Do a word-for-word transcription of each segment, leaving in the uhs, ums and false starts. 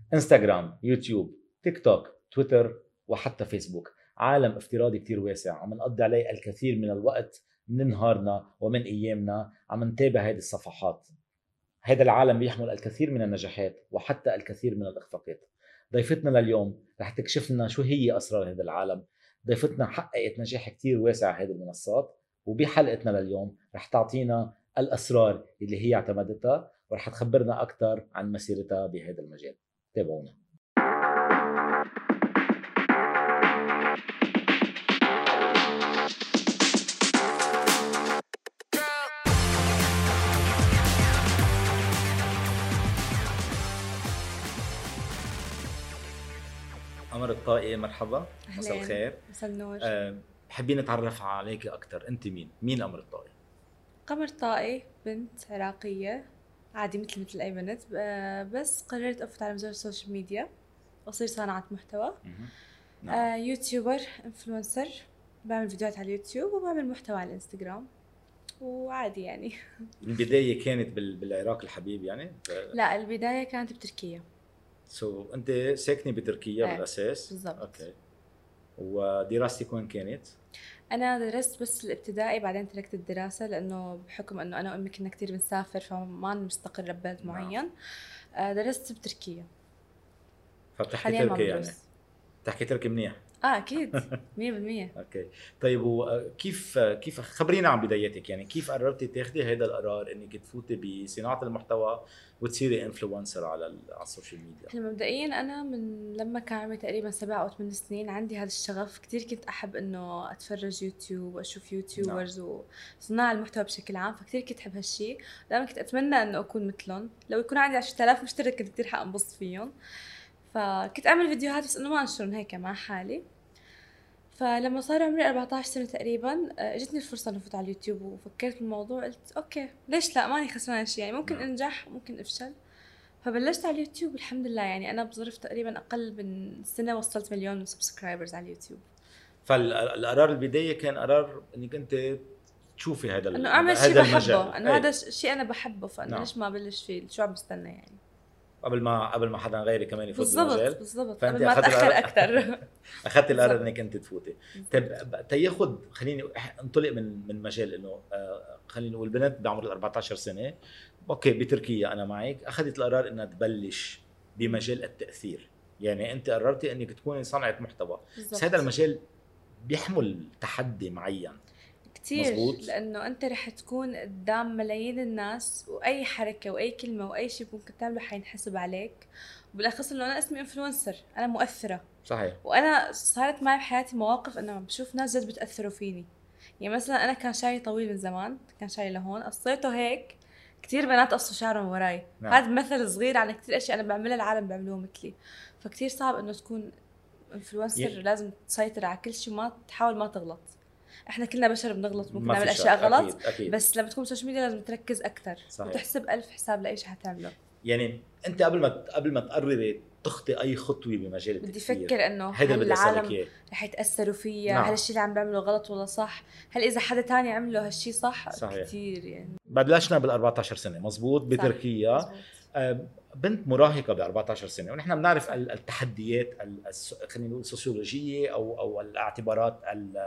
انستغرام، يوتيوب، تيك توك، تويتر، وحتى فيسبوك. عالم افتراضي كتير واسع عم نقضي عليه الكثير من الوقت من نهارنا ومن ايامنا عم نتابع هذه الصفحات. هذا العالم بيحمل الكثير من النجاحات وحتى الكثير من الاخفاقات. ضيفتنا لليوم رح تكشف لنا شو هي اسرار هذا العالم. ضيفتنا حققت نجاح كتير واسع على هذه المنصات، وبحلقتنا لليوم رح تعطينا الاسرار اللي هي اعتمدتها، ورح تخبرنا اكثر عن مسيرتها بهذا المجال. تابعونا. قمر الطائي، مرحبا. مساء الخير. مساء النور. أه حابين نتعرف عليك اكثر. انت مين مين قمر الطائي؟ قمر طائي بنت عراقيه عادي مثل مثل اي بنت، بس قررت افوت على مجال السوشيال ميديا واصير صانعه محتوى. نعم. آه يوتيوبر، انفلونسر، بعمل فيديوهات على اليوتيوب وبعمل محتوى على الانستغرام وعادي يعني. البدايه كانت بالعراق الحبيب يعني؟ لا، البدايه كانت بتركيا. سو so, انت ساكنه بتركيا آه. بالاساس؟ بالضبط. اوكي. ودراستك وين كانت؟ انا درست بس الابتدائي، بعدين تركت الدراسه لانه بحكم انه انا وامي كنا كتير بنسافر فما مستقر ببلد معين. آه درست بتركيا. فبتحكي تركي يعني؟ بتحكي تركي منيح؟ اه اكيد مية بالمية. اوكي. طيب وكيف كيف خبرينا عن بدايتك، يعني كيف قررتي تاخذي هذا القرار انك تفوتي بصناعه المحتوى وتصيري انفلونسر على على السوشيال ميديا؟ هلا مبدئيا انا من لما كان عمري تقريبا سبع او ثمان سنين عندي هذا الشغف، كثير كنت احب انه اتفرج يوتيوب واشوف يوتيوبرز نعم. وصناع المحتوى بشكل عام، فكثير كنت احب هالشيء. دائما كنت اتمنى انه اكون مثلهم، لو يكون عندي عشرة آلاف مشترك كنت كثير حانبسط فيهم. فكنت اعمل فيديوهات بس انه ما انشرهم هيك مع حالي. فلما صار عمري أربعة عشر سنة تقريبا اجتني الفرصة نفوت على اليوتيوب، وفكرت بالموضوع قلت اوكي ليش لا، ماني خسرانة شيء يعني، ممكن انجح ممكن افشل. فبلشت على اليوتيوب الحمد لله، يعني انا بظرف تقريبا اقل من سنة وصلت مليون سبسكرايبرز على اليوتيوب. فالقرار البداية كان قرار انك انت تشوفي هذا انه اعمل شيء بحبه، انه هذا شيء انا بحبه، فانا ليش ما بلش فيه؟ شو عم بستنى يعني؟ قبل ما قبل ما حدا غيري كمان يفوت بالمجال. بالضبط بالضبط، قبل ما اتاخر اكثر. اخذت القرار انك انت تفوتي. طيب تياخذ، خليني انطلق من من مجال انه خلينا نقول بنت بعمر ال أربعة عشر سنه، اوكي بتركيا انا معك، اخذت القرار انها تبلش بمجال التاثير. يعني انت قررتي انك تكوني صانعه محتوى، بس هذا المجال بيحمل تحدي معين كتير مزبوط. لانه انت رح تكون قدام ملايين الناس، واي حركه واي كلمه واي شيء ممكن تعمله حينحسب عليك، وبالاخص انه انا اسمي انفلونسر، انا مؤثره. صحيح. وانا صارت معي بحياتي مواقف انه بشوف ناس جد بتاثروا فيني. يعني مثلا انا كان شعري طويل من زمان، كان شعري لهون، قصيته هيك كتير بنات قصوا شعرهم وراي. نعم. هذا مثل صغير عن كتير اشياء انا بعملها العالم بيعملوها مثلي. فكتير صعب انه تكون انفلونسر، ي... لازم تسيطر على كل شيء، ما تحاول ما تغلط. احنا كلنا بشر بنغلط، ممكن نعمل اشياء غلط. أكيد. أكيد. بس لما تكون سوشيال ميديا لازم تركز اكثر وتحسب ألف حساب لاي شيء حتعمله. يعني انت قبل ما قبل ما تقرري تخطي اي خطوه بمجال التأثير، بدي افكر انه هل العالم رح يتاثروا فيا؟ نعم. هل الشيء اللي عم بعمله غلط ولا صح؟ هل اذا حدا تاني عمله هالشيء صح؟ صحيح. كثير يعني. بلشنا بال أربعة عشر سنه مزبوط بتركيا. مزبوط. آه بنت مراهقه ب أربعة عشر سنه، ونحن بنعرف التحديات خلينا نقول السوسيولوجيه او او الاعتبارات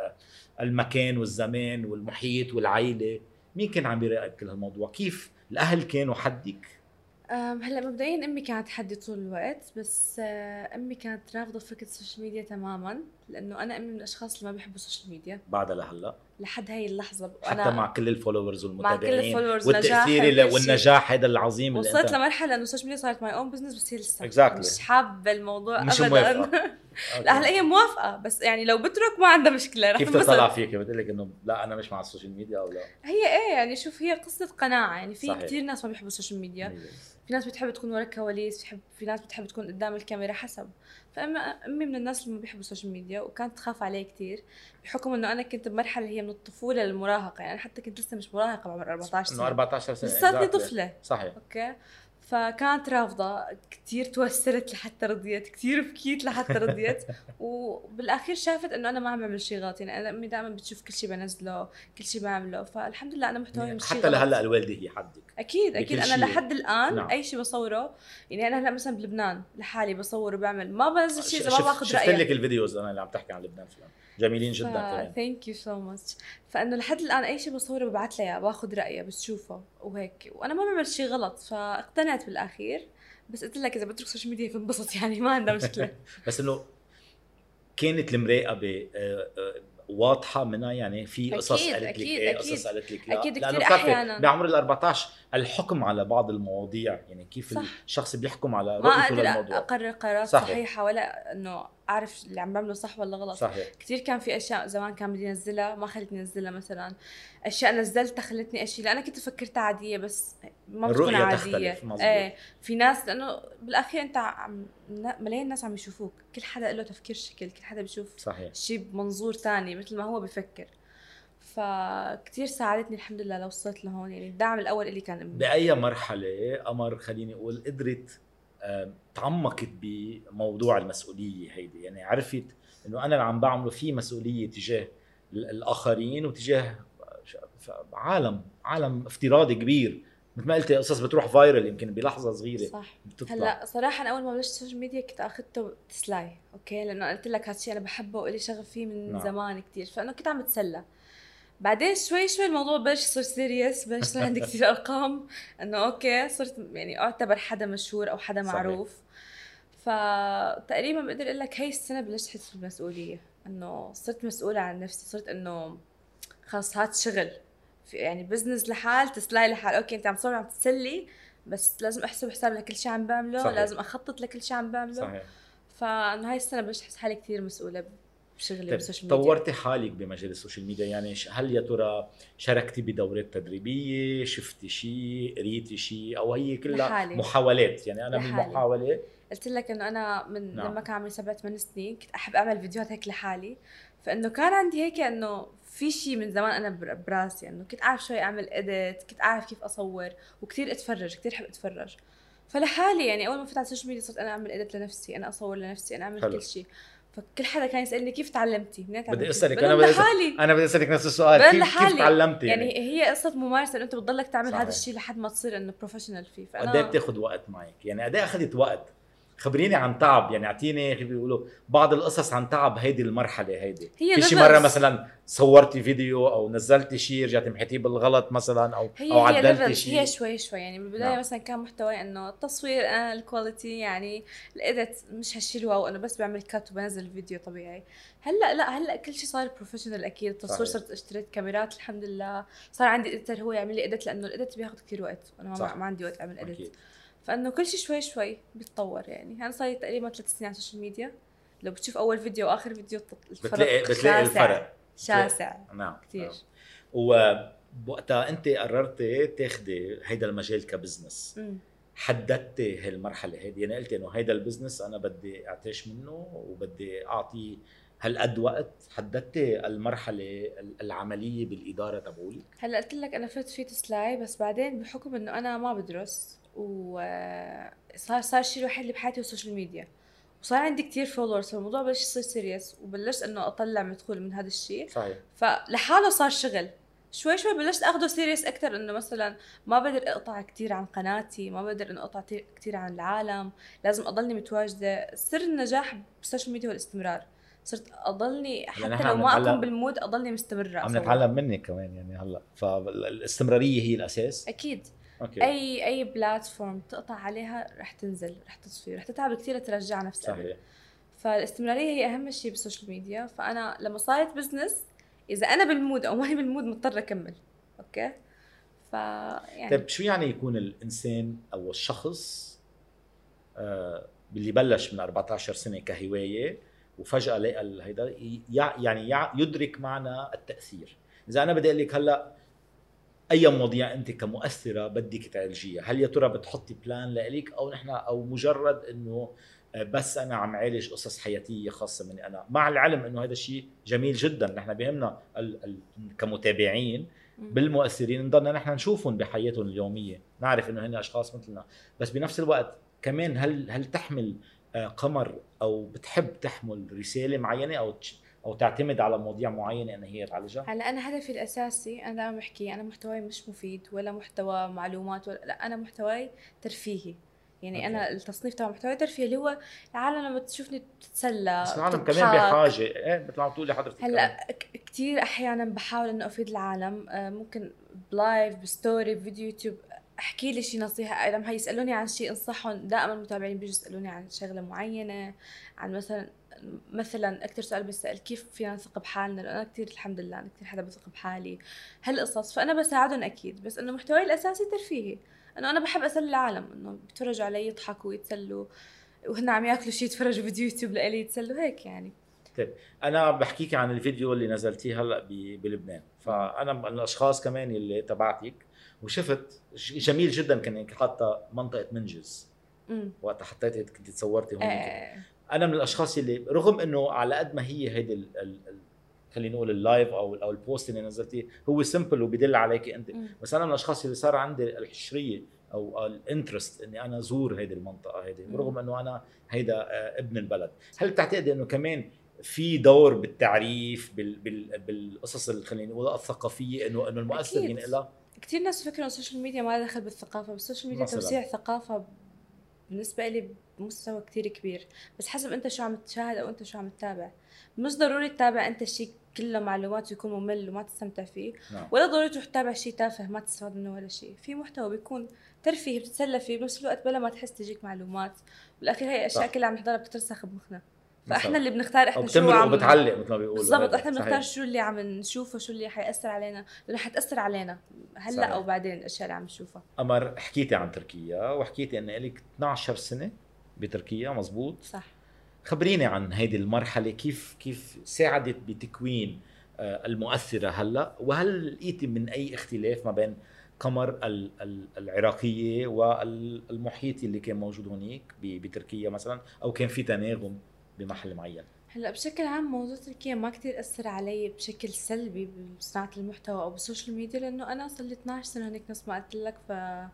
المكان والزمان والمحيط والعائله. مين كان عم يراقب كل هالموضوع؟ كيف الاهل كانوا حدك؟ هلا مبدئيا امي كانت حدي طول الوقت، بس امي كانت رافضه فكره السوشيال ميديا تماما، لانه انا امي من الاشخاص اللي ما بيحبوا السوشيال ميديا بعدها لهلا، لحد هاي اللحظه. حتى مع كل الفولورز والمتابعين والتاثير والنجاح هذا العظيم اللي وصلت لمرحله انه السوشيال ميديا صارت ماي اون بزنس، بس هي لسه exactly. مش حابه الموضوع مش ابدا. لا هلا هي موافقه، بس يعني لو بترك ما عندها مشكله. رح كيف تطلع فيك بتقول لك انه لا انا مش مع السوشيال ميديا او لا؟ هي ايه يعني، شوف هي قصه قناعه يعني. في كثير ناس ما بيحبوا السوشيال ميديا، في ناس بتحب تكون ورا الكواليس، بتحب في ناس بتحب تكون قدام الكاميرا، حسب. فاما امي من الناس اللي ما بيحبوا السوشيال ميديا، وكانت تخاف عليه كثير بحكم انه انا كنت بمرحله هي من الطفوله للمراهقه، يعني حتى كنت لسه مش مراهقه بعمر أربعة عشر سنه، انه أربعة عشر سنه لساتني طفله. صحيح. اوكي. فكانت رافضة كتير، توسلت لحتى رضيت، كتير بكيت لحتى رضيت. وبالاخير شافت انه انا ما عم بعمل شيء غلط، يعني انا امي دائما بتشوف كل شيء بنزله، كل شيء بعمله، فالحمد لله انا محتوي مش شيء حتى غلط. لهلا الوالده هي حدك اكيد اكيد انا لحد الان نعم. اي شيء بصوره، يعني انا هلا مثلا بلبنان لحالي بصور وبعمل، ما بنزل شيء اذا ما باخذ شفت رايها. لك الفيديوز انا اللي عم تحكي عن لبنان فيهم جميلين جدا كمان. ثانك يو سو ماتش. فانه لحد الان اي شيء بصوره ببعث لها باخذ رايها بتشوفه وهيك، وانا ما بعمل شيء غلط، فاقتنعت بالاخير. بس قلت لك اذا بترك السوشيال ميديا فانبسط، يعني ما عندها مشكله. بس انه كانت المراقبه واضحه منها، يعني في قصص قالت لك ايه، قصص قالت لك لا، اكيد لانه كثير احيانا بعمر ال أربعطعش الحكم على بعض المواضيع، يعني كيف صح. الشخص بيحكم على رؤيته للموضوع، ما اقدر اقرر قرارات صحيح. صحيحه ولا انه اعرف اللي عم بعمله صح ولا غلط. صحيح. كثير كان في اشياء زمان كان بدي انزلها ما خلتني انزلها، مثلا اشياء نزلتها خلتني اشياء لأ انا كنت فكرتها عاديه بس ما بتكون عاديه. ايه في ناس، لانه بالاخير انت عم ملايين الناس عم يشوفوك، كل حدا له تفكير شكل، كل حدا بيشوف صحيح. شيء بمنظور تاني مثل ما هو بفكر. فكتير ساعدتني الحمد لله لو وصلت لهون، يعني الدعم الاول اللي كان أمي. باي مرحله قمر خليني اقول قدرت تعمقت بموضوع المسؤوليه هيدي، يعني عرفت انه انا اللي عم بعمله في مسؤوليه تجاه الاخرين وتجاه عالم عالم افتراضي كبير، مثل ما قلتي قصص بتروح فايرل يمكن بلحظه صغيره صح. هلا صراحه انا اول ما بلشت السوشيال ميديا كنت اخذته تسلاي، اوكي، لانه قلت لك هذا الشيء انا بحبه وإلي شغف فيه من نعم. زمان كتير، فانه كنت عم بتسلى. بعدين شوي شوي الموضوع بلش يصير سيريس، بلش يصير عندي كثير ارقام، انه اوكي صرت يعني اعتبر حدا مشهور او حدا صحيح. معروف. فتقريبا بقدر اقول لك هاي السنه بلشت احس بالمسؤوليه، انه صرت مسؤوله عن نفسي، صرت انه خلص هاد شغل، يعني بزنس لحال، تسلاي لحال، اوكي انت عم تصور عم تسلي، بس لازم احسب حساب لكل شيء عم بعمله صحيح. لازم اخطط لكل شيء عم بعمله صحيح. فانه هاي السنه بلشت احس حالي كثير مسؤوله بشغلي بالسوشيال ميديا. طورتي حالك بمجال السوشيال ميديا، يعني هل يا ترى شاركتي بدورات تدريبيه، شفتي شيء، قريتي شيء، او هي كلها لحالي. محاولات؟ يعني انا لحالي. من المحاولات قلت لك انه انا من نعم. لما كان عمري سبعة ثمان سنين كنت احب اعمل فيديوهات هيك لحالي، فانه كان عندي هيك انه في شيء من زمان انا براسي، انه كنت اعرف شوي اعمل اديت، كنت اعرف كيف اصور، وكثير اتفرج، كثير احب اتفرج. فلحالي يعني اول ما فتحت السوشيال ميديا صرت انا اعمل اديت لنفسي، انا اصور لنفسي، انا اعمل حلو. كل شيء. فكل حدا كان يسالني كيف تعلمتي، منين تعلمتي؟ بدي اسالك انا بدي اسالك انا بدي اسالك نفس السؤال، كيف كيف تعلمتي؟ يعني, يعني هي قصه ممارسه، انه انت بتضلك تعمل صحيح. هذا الشيء لحد ما تصير انه بروفيشنال فيه. فانا قد ايه بتاخذ وقت معك؟ يعني قد ايه اخذت وقت؟ خبريني عن تعب، يعني اعطيني بيقولوا بعض القصص عن تعب هيدي المرحله هيدي. في شي مره مثلا صورتي فيديو او نزلتي شيء رجعتي محيتيه بالغلط مثلا، او هي او عدلتي شيء؟ هي شوي شوي يعني بالبدايه نعم. مثلا كان محتوى انه التصوير انا الكواليتي يعني الاديت مش هالشيء الواو، انا بس بعمل كات وبنزل الفيديو طبيعي. هلا لا هلا كل شيء صار بروفيشنال اكيد، التصوير صرت اشتريت كاميرات الحمد لله، صار عندي اديتر هو يعمل لي اديت، لانه الاديت بياخذ كثير وقت وانا ما, ما عندي وقت اعمل اديت. فانه كل شيء شوي شوي بيتطور. يعني انا صار تقريبا ثلاث سنين على السوشيال ميديا، لو بتشوف اول فيديو واخر فيديو الفرق بتلاقي بتلاقي الفرق شاسع نعم كثير. نعم. ووقتها انت قررتي تاخذي هيدا المجال كبزنس، م. حددتي هالمرحله هيدي، يعني قلتي انه هيدا البزنس انا بدي اعتاش منه وبدي اعطي هالقد وقت، حددتي المرحله العمليه بالاداره تبعولي؟ هلا قلت لك انا فت في تسلاي، بس بعدين بحكم انه انا ما بدرس وصار صار الشيء الوحيد اللي بحياتي هو السوشيال ميديا، وصار عندي كتير فولورز، فالموضوع بلش يصير سيريس، وبلشت انه اطلع مدخول من هذا الشيء صحيح. فلحاله صار شغل، شوي شوي بلشت اخذه سيريس اكثر، انه مثلا ما بقدر اقطع كتير عن قناتي، ما بقدر انه اقطع كتير عن العالم، لازم اضلني متواجده. سر النجاح بالسوشيال ميديا هو الاستمرار، صرت اضلني حتى لو ما اكون بالمود اضلني مستمره. عم نتعلم منك كمان يعني هلا، فالاستمراريه هي الاساس اكيد. أوكي. اي اي بلاتفورم تقطع عليها رح تنزل، رح تصفي، رح تتعب كثير ترجع نفسها صحيح. فالاستمراريه هي اهم شيء بالسوشيال ميديا. فانا لما صارت بزنس اذا انا بالمود او ماني بالمود مضطره اكمل. اوكي ف يعني طيب شو يعني يكون الانسان او الشخص آه اللي بلش من أربعطعش سنه كهوايه وفجاه لقى هيدا يعني يدرك معنى التاثير؟ اذا انا بدي اقول لك هلا اي مواضيع انت كمؤثره بدك تعالجيها، هل يا ترى بتحطي بلان لإلك او نحن او مجرد انه بس انا عم عالج قصص حياتيه خاصه مني انا، مع العلم انه هذا الشيء جميل جدا، نحن بيهمنا ال ال كمتابعين بالمؤثرين نضلنا نحن نشوفهم بحياتهم اليوميه، نعرف انه هن اشخاص مثلنا، بس بنفس الوقت كمان هل هل تحمل قمر او بتحب تحمل رساله معينه او او تعتمد على مواضيع معينه ان هي تعالجها؟ هلا انا هدفي الاساسي، انا دائما بحكي انا محتواي مش مفيد ولا محتوى معلومات ولا لا، انا محتواي ترفيهي. يعني أوكي. انا التصنيف تبع محتوى ترفيهي اللي هو العالم لما تشوفني بتتسلى، بس العالم كمان بحاجه ايه مثل ما عم تقولي حضرتك. هلا كثير احيانا بحاول انه افيد العالم، ممكن بلايف بستوري بفيديو يوتيوب احكي لي شيء نصيحه، لما هيسالوني عن شيء انصحهم. دائما المتابعين بيجوا يسالوني عن شغله معينه، عن مثلا مثلا اكثر سؤال بسال كيف فينا نثق بحالنا، لأن انا كثير الحمد لله انا كثير حدا بثق بحالي هالقصص، فانا بساعدهم اكيد. بس انه محتواي الاساسي ترفيهي، انه انا بحب اسلي العالم، انه بيتفرجوا علي يضحكوا ويتسلوا وهن عم ياكلوا شيء يتفرجوا فيديو يوتيوب لإلي يتسلوا هيك يعني. طيب انا بحكيك عن الفيديو اللي نزلتيه هلا بلبنان، فانا من الاشخاص كمان اللي تبعتك وشفت جميل جدا كان حاطه منطقه منجز وقت حطيتي كنت تصورتي هون. آه. انا من الاشخاص اللي رغم انه على قد ما هي هيدي ال ال خلينا نقول اللايف او او البوست اللي نزلتيه هو سمبل وبيدل عليك انت، مم. بس انا من الاشخاص اللي صار عندي الحشريه او الانترست اني انا ازور هيدي المنطقه هيدي، رغم انه انا هيدا ابن البلد. هل بتعتقد انه كمان في دور بالتعريف بال بال بالقصص اللي خلينا نقول الثقافيه، انه انه المؤثر ينقلها؟ كثير ناس فكروا السوشيال ميديا ما لها دخل بالثقافه، بس السوشيال ميديا توسيع ثقافه بالنسبه لي بمستوى كتير كبير، بس حسب انت شو عم تشاهد او انت شو عم تتابع. مش ضروري تتابع انت شيء كله معلومات ويكون ممل وما تستمتع فيه، نعم. ولا ضروري تروح تتابع شيء تافه ما تستفاد منه ولا شيء. في محتوى بيكون ترفيهي بتتسلى فيه بنفس الوقت بلا ما تحس تجيك معلومات، بالاخير هي اشياء كلها عم نحضرها بترسخ بمخنا، فاحنا اللي بنختار احنا شو عم بتعلق مثل ما بيقولوا. بالضبط، احنا بنختار شو اللي عم نشوفه، شو اللي حيأثر علينا، لانه حتأثر علينا هلا صحيح. او بعدين الاشياء اللي عم نشوفها. قمر حكيتي عن تركيا وحكيتي ان لك اثنعش سنه بتركيا، مزبوط؟ صح. خبريني عن هيدي المرحله، كيف كيف ساعدت بتكوين المؤثره هلا، وهل لقيتي من اي اختلاف ما بين قمر العراقيه والمحيط اللي كان موجود هناك بتركيا مثلا، او كان في تناغم بمحل معين؟ هلا بشكل عام موضوع تركيا ما كتير اثر علي بشكل سلبي بصناعه المحتوى او بالسوشيال ميديا، لانه انا صار لي اثنعش سنه هناك نفس ما قلت لك. ف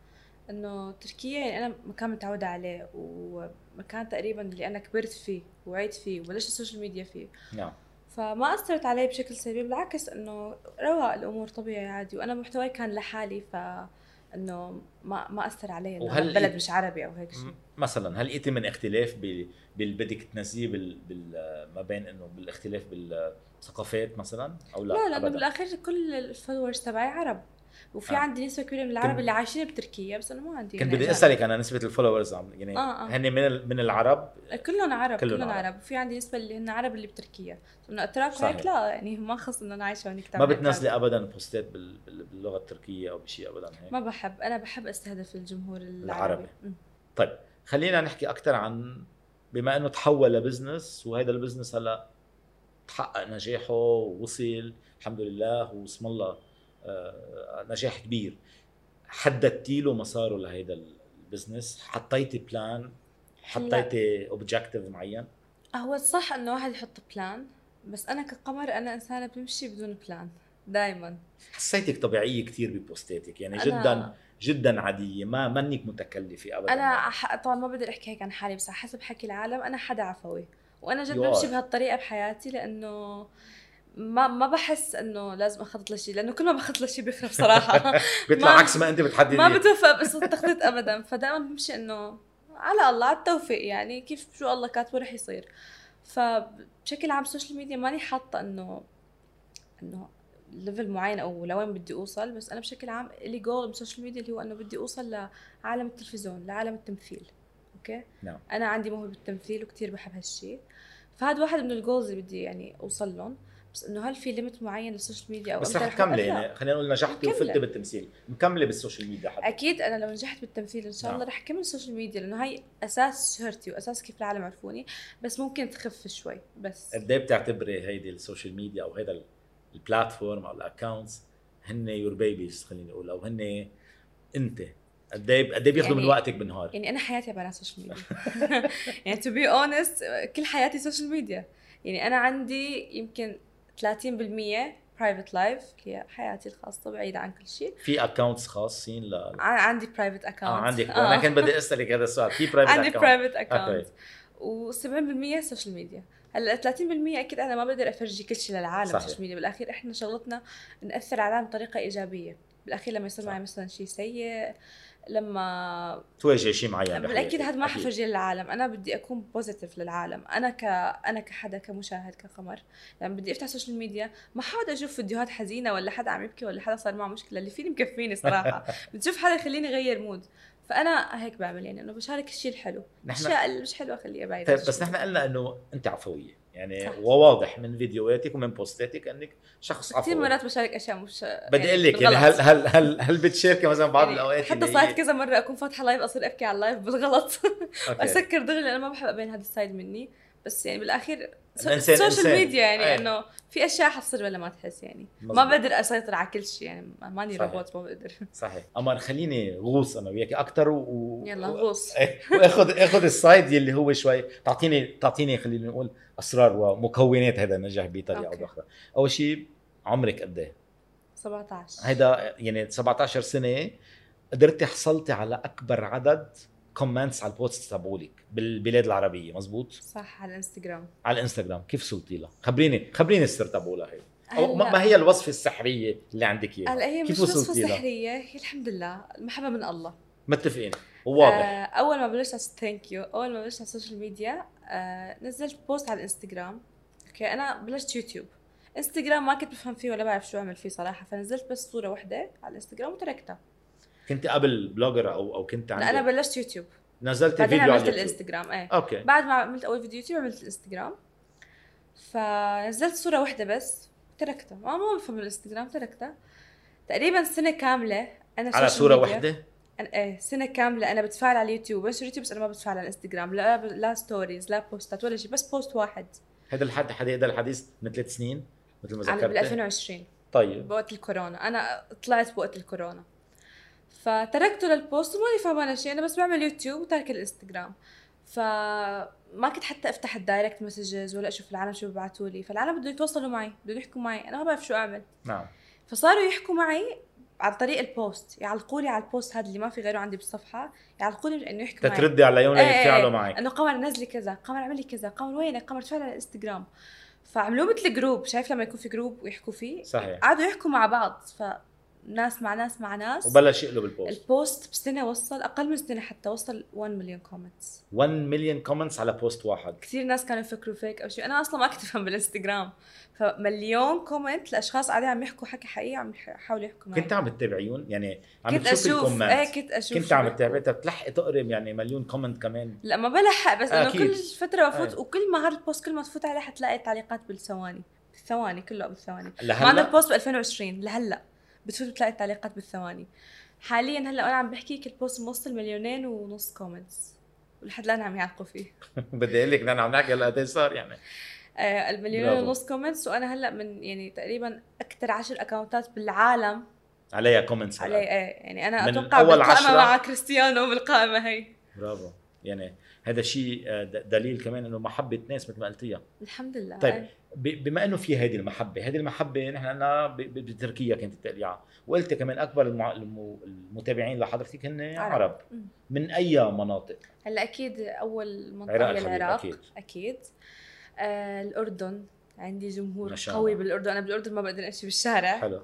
انه تركيا يعني انا مكان متعوده عليه ومكان تقريبا اللي انا كبرت فيه وعيت فيه وبلشت السوشيال ميديا فيه. نعم. فما اثرت علي بشكل سلبي، بالعكس انه رواق الامور طبيعي عادي، وانا محتواي كان لحالي، ف انه ما ما اثر علي انه وهل بلد مش عربي او هيك شيء. مثلا هل لقيتي من اختلاف بالبدك تنزيه بال... بال ما بين انه بالاختلاف بالثقافات مثلا او لا؟ لا لانه بالاخير كل الفولورز تبعي عرب، وفي آه. عندي نسبه كبيره من العرب اللي عايشين بتركيا، بس انا ما عندي. كنت بدي اسالك انا نسبه الفولورز يعني آه آه. هن من من العرب كلهم عرب كلهم عرب. عرب وفي عندي نسبه اللي هن عرب اللي بتركيا، انه اتراك هيك لا يعني ما خص انه انا عايشه هونيك. ما بتنزلي ابدا بوستات باللغه التركيه او بشيء ابدا هيك؟ ما بحب، انا بحب استهدف الجمهور العربي, العربي. طيب خلينا نحكي اكثر عن بما انه تحول لبزنس، وهذا البزنس هلا تحقق نجاحه ووصل الحمد لله واسم الله آه نجاح كبير. حددتي له مساره لهيدا البزنس؟ حطيتي بلان؟ حطيتي اوبجيكتيف معين؟ هو الصح انه واحد يحط بلان، بس انا كقمر انا انسانه بمشي بدون بلان دائما. حسيتك طبيعيه كثير ببوستاتك، يعني جدا جدا عاديه، ما منك متكلفه ابدا. انا طبعا ما بقدر احكي هيك عن حالي، بس حسب حكي العالم انا حدا عفوي، وانا جد بمشي بهالطريقه بحياتي، لانه ما ما بحس انه لازم اخطط لشيء، لانه كل ما بخطط لشيء بيخرب صراحه. بيطلع عكس ما انت بتحددي، ما بتوفق بقصه التخطيط ابدا. فدائما بمشي انه على الله، على التوفيق، يعني كيف شو الله كاتبه رح يصير. فبشكل عام السوشيال ميديا ماني حاطه انه انه ليفل معين او لوين بدي اوصل، بس انا بشكل عام لي جول بالسوشيال ميديا اللي هو انه بدي اوصل لعالم التلفزيون، لعالم التمثيل. اوكي نعم. انا عندي موهبه بالتمثيل وكتير بحب هالشيء، فهذا واحد من الجولز اللي بدي يعني اوصل لهم. بس انه هل في ليميت معين للسوشيال ميديا او بس رح تكملي؟ يعني خلينا نقول نجحتي وفتي بالتمثيل، مكمله بالسوشيال ميديا حتى؟ اكيد انا لو نجحت بالتمثيل ان شاء الله رح اكمل السوشيال ميديا، لانه هي اساس شهرتي واساس كيف العالم عرفوني، بس ممكن تخف شوي. بس قد ايه بتعتبري هيدي السوشيال ميديا او هيدا البلاتفورم او الاكونتس هن يور بيبيز خلينا نقول، او هن انت قد ايه قد ايه بياخذوا يعني من وقتك بالنهار؟ يعني انا حياتي عباره عن سوشيال ميديا. يعني تو بي اونست كل حياتي سوشيال ميديا. يعني انا عندي يمكن ثلاثين بالمية برايفت لايف هي حياتي الخاصه بعيده عن كل شيء. في اكونتس خاصين ل ع- عندي برايفت اكونت. اه عندك انا كان بدي اسالك هذا السؤال. في برايفت عندي اكونت برايفت اكونت و70% سوشيال ميديا. هلا ثلاثين بالمية اكيد انا ما بقدر افرجي كل شيء للعالم. السوشيال ميديا بالاخير احنا شغلتنا ناثر على العالم بطريقه ايجابيه. بالاخير لما يصير معي مثلا شيء سيء، لما تواجه شيء معين بالاكيد هذا ما حفرجيه للعالم. انا بدي اكون بوزيتيف للعالم. انا ك انا كحدا كمشاهد كقمر لما بدي افتح سوشيال ميديا ما حاول اشوف فيديوهات حزينه ولا حدا عم يبكي ولا حدا صار معه مشكله. اللي فيني مكفيني صراحه. بدي اشوف حدا يخليني اغير مود. فانا هيك بعمل يعني انه بشارك الشيء الحلو. الاشياء اللي مش حلوه خليها بعيده. طيب بس نحن قلنا انه انت عفويه يعني صح. وواضح من فيديوهاتك ومن بوستاتك انك شخص عفوي. كثير مرات بشارك اشياء مش بدي اقول لك يعني هل هل هل هل بتشاركي مثلا بعض يعني الاوقات حتى صارت كذا مره اكون فاتحه لايف اصير ابكي على اللايف بالغلط. واسكر دغري لأن انا ما بحب ابين هذا السايد مني. بس يعني بالاخير السوشيال ميديا يعني أي. انه في اشياء حتصير ولا ما تحس يعني مزبوط. ما بقدر اسيطر على كل شيء يعني ماني روبوت ما بقدر. صحيح. قمر خليني غوص انا وياكي اكثر و... يلا غوص واخذ اخذ السايد اللي هو شوي تعطيني تعطيني خلينا نقول اسرار ومكونات هذا النجاح بطريقه او باخرى. اول شيء عمرك قد ايه؟ سبعة عشر. هيدا يعني سبعة عشر سنه قدرتي حصلتي على اكبر عدد كومنتس على البوست تبعولك بالبلاد العربيه مزبوط؟ صح. على الانستغرام. على الانستغرام كيف وصلتي لها؟ خبريني خبريني السر تبعولها هي. أو ما هي الوصفه السحريه اللي عندك اياها؟ هي كيف مش وصفه سحريه. هي الحمد لله المحبه من الله. متفقين وواضح. آه اول ما بلشت ثانك يو اول ما بلشت على السوشيال ميديا آه نزلت بوست على الانستغرام. اوكي انا بلشت يوتيوب. انستغرام ما كنت بفهم فيه ولا بعرف شو اعمل فيه صراحه. فنزلت بس صوره واحده على الانستغرام وتركتها. كنت قبل بلوجر او او كنت عندك؟ لا انا بلشت يوتيوب. نزلت فيديو على اليوتيوب. الانستغرام ايه اوكي. بعد ما عملت اول فيديو يوتيوب عملت الانستغرام. فنزلت صوره واحده بس تركتها. ما ما بفهم الانستغرام تركتها. تقريبا سنه كامله انا على صوره واحده. أنا ايه سنه كامله انا بتفاعل على اليوتيوب بس اليوتيوب بس انا ما بتفاعل على الانستغرام. لا لا ستوريز لا بوستات ولا شيء بس بوست واحد. هذا الحد هذا الحديث من ثلاث سنين مثل ما ذكرت بال ألفين وعشرين. طيب بوقت الكورونا. انا طلعت بوقت الكورونا فتركته للبوست وماني فاهمه شيء. انا بس بعمل يوتيوب وتارك الانستغرام. فما كنت حتى افتح الدايركت مسجز ولا اشوف العالم شو بيبعتوا لي. فالعالم بدهم يتواصلوا معي بدهم يحكوا معي انا ما بعرف شو اعمل. نعم. فصاروا يحكوا معي عن طريق البوست. يعلقوا لي على البوست هذا اللي ما في غيره عندي بالصفحه. يعلقوا لي انه يحكوا معي تتردي عليهم ليتفاعلوا معك انه قمر نزلي كذا قمر اعملي كذا قمر وينك قمر تفاعل على الانستغرام. فعملوه مثل جروب. شايف لما يكون في جروب ويحكوا فيه صحيح. قعدوا يحكوا مع بعض. ف ناس مع ناس مع ناس وبلش يقلب البوست. البوست بسنه وصل اقل من سنه حتى وصل واحد مليون كومنتس. واحد مليون كومنتس على بوست واحد. كثير ناس كانوا يفكروا فيك او شيء. انا اصلا ما كنت افهم بالانستغرام. فمليون كومنت لاشخاص قاعدين عم يحكوا حكي حقيقي عم يحاولوا يحكوا معي. كنت عم تتابعيون يعني عم كنت تشوفي الكومنت؟ ايه كنت اشوف. كنت عم تتابعي تلحقي تقري يعني مليون كومنت كمان؟ لا ما بلحق بس انه كل فتره بفوت. أيه. وكل ما هذا البوست كل ما تفوت عليه حتلاقي تعليقات بالثواني بالثواني كله بالثواني. ما هذا البوست ب ألفين وعشرين لهلا بتفوت بتلاقي التعليقات بالثواني. حاليا هلا وانا عم بحكيك البوست موصل مليونين ونص كومنتس ولحد الان عم يعلقوا فيه. بدي اقول لك انا عم نحكي هلا قد صار يعني آه المليونين ونص كومنتس. وانا هلا من يعني تقريبا اكثر عشر اكاونتات بالعالم عليها كومنتس علي. ايه يعني انا اتوقع بالقائمه مع كريستيانو بالقائمه هي. برافو. يعني هذا شيء دليل كمان انه محبه ناس مثل ما قلتيها. الحمد لله. طيب أي. بما انه في هذه المحبه هذه المحبه نحن قلنا بتركيا كانت التقليعه وقلت كمان اكبر المتابعين لحضرتك هن عرب, عرب. من اي مناطق؟ هلا اكيد اول منطقه هي العراق. اكيد, أكيد. آه الاردن عندي جمهور قوي بالاردن. انا بالاردن ما بقدر امشي بالشارع. حلو.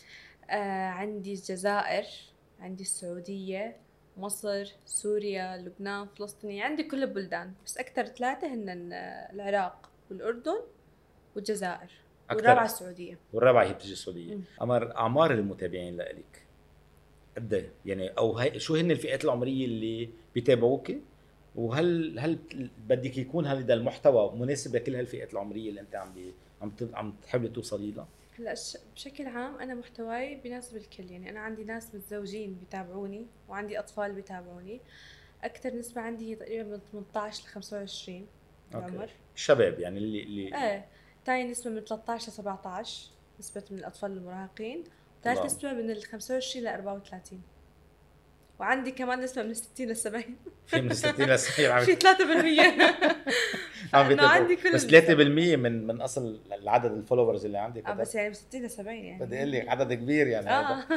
آه عندي الجزائر عندي السعوديه مصر سوريا لبنان فلسطين. عندي كل البلدان بس اكثر ثلاثه هن العراق والاردن والجزائر والرابعه السعوديه. والرابعه هي بتجي السعوديه. قمر اعمار المتابعين لك قد ايه يعني او هي شو هن الفئات العمريه اللي بيتابعوك وهل هل بدك يكون هذا المحتوى مناسب لكل هالفئات العمريه اللي انت عم عم عم تحاولي توصلي لها؟ هلا بشكل عام انا محتواي بيناسب الكل. يعني انا عندي ناس متزوجين بيتابعوني وعندي اطفال بيتابعوني. اكثر نسبه عندي هي تقريبا من ثمانية عشر ل خمسة وعشرين العمر. الشباب يعني اللي اللي ايه. ثاني نسبه من ثلاثة عشر ل سبعة عشر نسبه من الاطفال المراهقين. ثالث نسبه من ال خمسة وعشرين ل أربعة وثلاثين. وعندي كمان نسبة من ستين ل سبعين. في من ستين ل سبعين عم في ثلاثة بالمية. عم فانه عندي بيتابعوا كل بس ثلاثة بالمية من من اصل العدد الفولورز اللي عندك. اه بس يعني من ستين ل سبعين يعني بدي اقول لك عدد كبير يعني اه. هذا.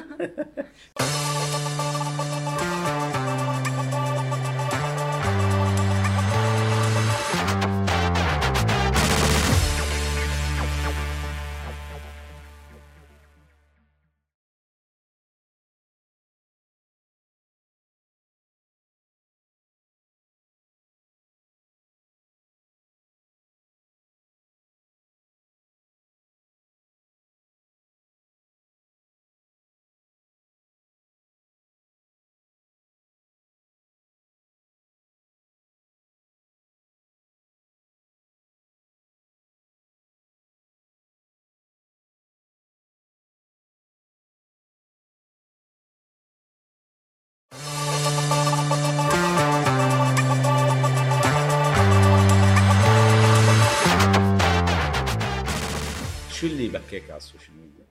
شو اللي بكاك على السوشيال ميديا؟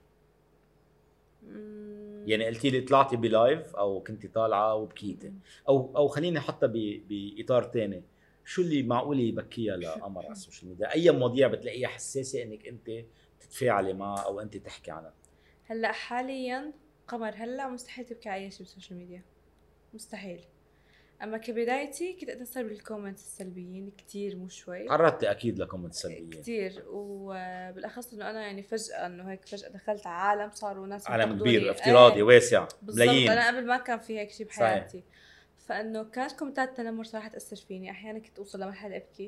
يعني قلتي لي طلعتي بلايف او كنتي طالعه وبكيتي، او او خليني احطها باطار تاني، شو اللي معقول يبكيها لقمر على السوشيال ميديا؟ اي مواضيع بتلاقيها حساسه انك انت تتفاعلي معها او انت تحكي عنها؟ هلا حاليا قمر هلا مستحيل تبكي على اي شيء بالسوشيال ميديا، مستحيل. اما كبدايتي كنت اتاثر بالكومنتس السلبيين كتير، مو شوي. تعرضتي اكيد لكومنتس سلبيين كتير، وبالاخص انه انا يعني فجاه انه هيك فجاه دخلت عالم صاروا ناس عالم كبير افتراضي. ايه. واسع ملايين. انا قبل ما كان في هيك شيء بحياتي. صحيح. فانه كانت كومنتات تنمر صراحه تاثر فيني، احيانا كنت اوصل لمرحله ابكي.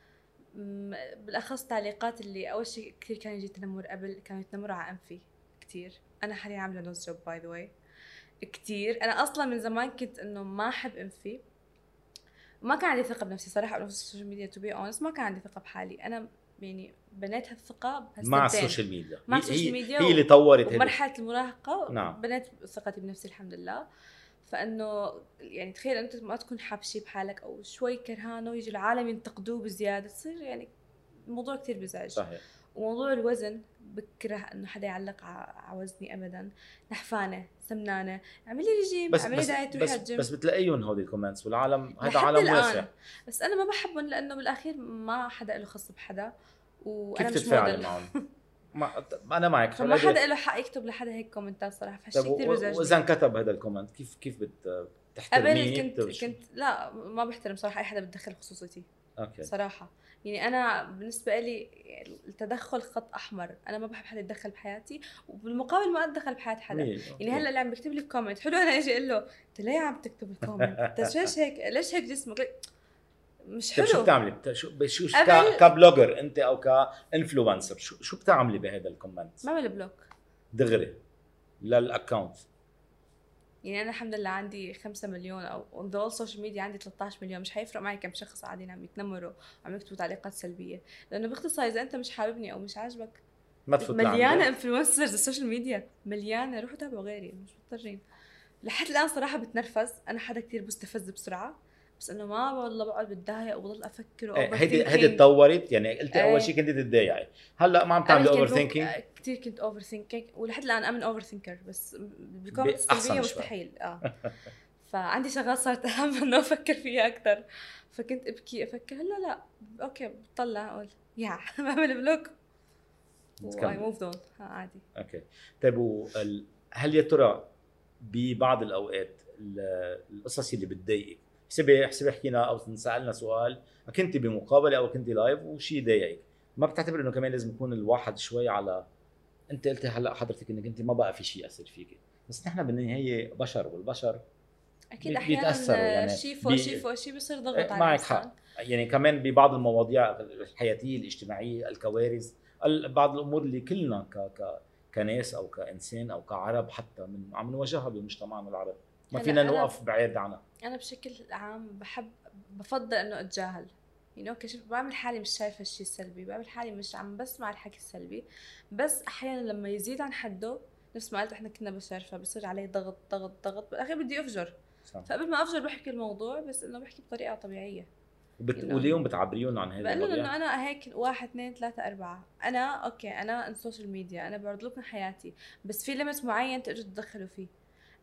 بالاخص تعليقات اللي اول شيء كثير كان يجي تنمر قبل، كانوا يتنمروا على انفي كتير. انا حاليا عامله نوز جوب باي ذا واي كتير. انا اصلا من زمان كنت انه ما احب انفي، ما كان عندي ثقه بنفسي صراحه على السوشيال ميديا. تو بي اونست ما كان عندي ثقه بحالي. انا يعني بنيت هالثقه بهالسنتين مع السوشيال ميديا. مع السوشيال ميديا هي, هي اللي طورت مرحله المراهقه. نعم. بنيت ثقتي بنفسي الحمد لله. فانه يعني تخيل انت ما تكون حاب شيء بحالك او شوي كرهانه ويجي العالم ينتقدوه بزياده، تصير يعني الموضوع كتير بزعج. صحيح. وموضوع الوزن بكره انه حدا يعلق على وزني ابدا. نحفانه، سمنانه، اعملي ريجيم، اعملي دايت، روحي على الجيم. بس بتلاقيهم هودي الكومنتس والعالم هذا عالم واسع. بس انا ما بحبهم لانه بالاخير ما حدا له خص بحدا، وانا كيف مش تتفاعل معهم؟ ما انا معك. فما حدا له حق يكتب لحدا هيك كومنتات صراحه. فهالشيء كثير بزعجني. واذا انكتب هذا الكومنت كيف كيف بتحترميه؟ قبل كنت كنت لا ما بحترم صراحه اي حدا بتدخل خصوصيتي. اوكي. صراحه يعني انا بالنسبه لي التدخل خط احمر. انا ما بحب حدا يتدخل بحياتي، وبالمقابل ما اتدخل بحياه حدا. يعني هلا اللي عم بيكتب لي كومنت حلو، انا اجي اقول له انت ليه عم تكتب الكومنت؟ انت ليش هيك ليش هيك جسمك مش حلو؟ شو بتعملي؟ شو شو ك... كبلوجر انت او كانفلونسر شو شو بتعملي بهذا الكومنت؟ ما بعمل بلوك دغري للاكونت. يعني انا الحمد لله عندي خمسة مليون او اون ذا سوشيال ميديا عندي ثلاثة عشر مليون. مش حيفرق معي كم شخص قاعدين عم يتنمروا وعم يكتبوا تعليقات سلبيه، لانه باختصار اذا انت مش حاببني او مش عاجبك ما تفوت. مليانه انفلونسرز السوشيال ميديا مليانه، روحوا تابعوا غيري، مش مضطرين. لحد الان صراحه بتنرفز. انا حدا كتير بستفز بسرعه، بس انه ما والله بقعد بتضايق وبضل افكر. هيدي هيدي تطورت يعني. قلتي اول شيء كنت تتضايقي، هلا ما عم تعملي اوفر ثينكينج؟ كثير كنت اوفر ثينكينج، ولحد الان انا اوفر ثينكر، بس بالكومنتس السلبيه مستحيل. اه فعندي شغلات صارت اهم انه افكر فيها اكثر. فكنت ابكي افكر هلا لا اوكي بطلع اقول يا بعمل بلوك واي موف اون عادي. اوكي طيب وال... هل يا ترى ببعض الاوقات القصص اللي بتضايقك، حسبي حسبي حكينا او سالنا سؤال كنت بمقابله او كنت لايف وشيء ضايقك، ما بتعتبر انه كمان لازم يكون الواحد شوي على انت قلتي هلا حضرتك انك انت ما بقى في شيء ياثر فيك، بس نحن بالنهايه بشر والبشر اكيد احيانا يعني شيء فوق شيء فوق شيء بيصير ضغط على معك حق. يعني كمان ببعض المواضيع الحياتيه الاجتماعيه الكوارث بعض الامور اللي كلنا ك ك كناس او كانسان او كعرب حتى من عم نواجهها بمجتمعنا العربي، ما فينا نوقف بعيد عنها. انا بشكل عام بحب بفضل انه اتجاهل يعني اوكي شوف بعمل حالي مش شايفه الشيء السلبي، بعمل حالي مش عم بسمع الحكي السلبي، بس احيانا لما يزيد عن حده نفس ما قلت احنا كنا بشر فبصير علي ضغط ضغط ضغط بالاخير بدي افجر. صح. فقبل ما افجر بحكي الموضوع بس انه بحكي بطريقه طبيعيه. وبتقوليهم بتعبريهم عن هذا الموضوع؟ بقول انه انا هيك واحد اثنين ثلاثة أربعة، انا اوكي انا السوشيال ميديا انا بعرض لكم حياتي، بس في ليميت معين تقدروا تدخلوا فيه.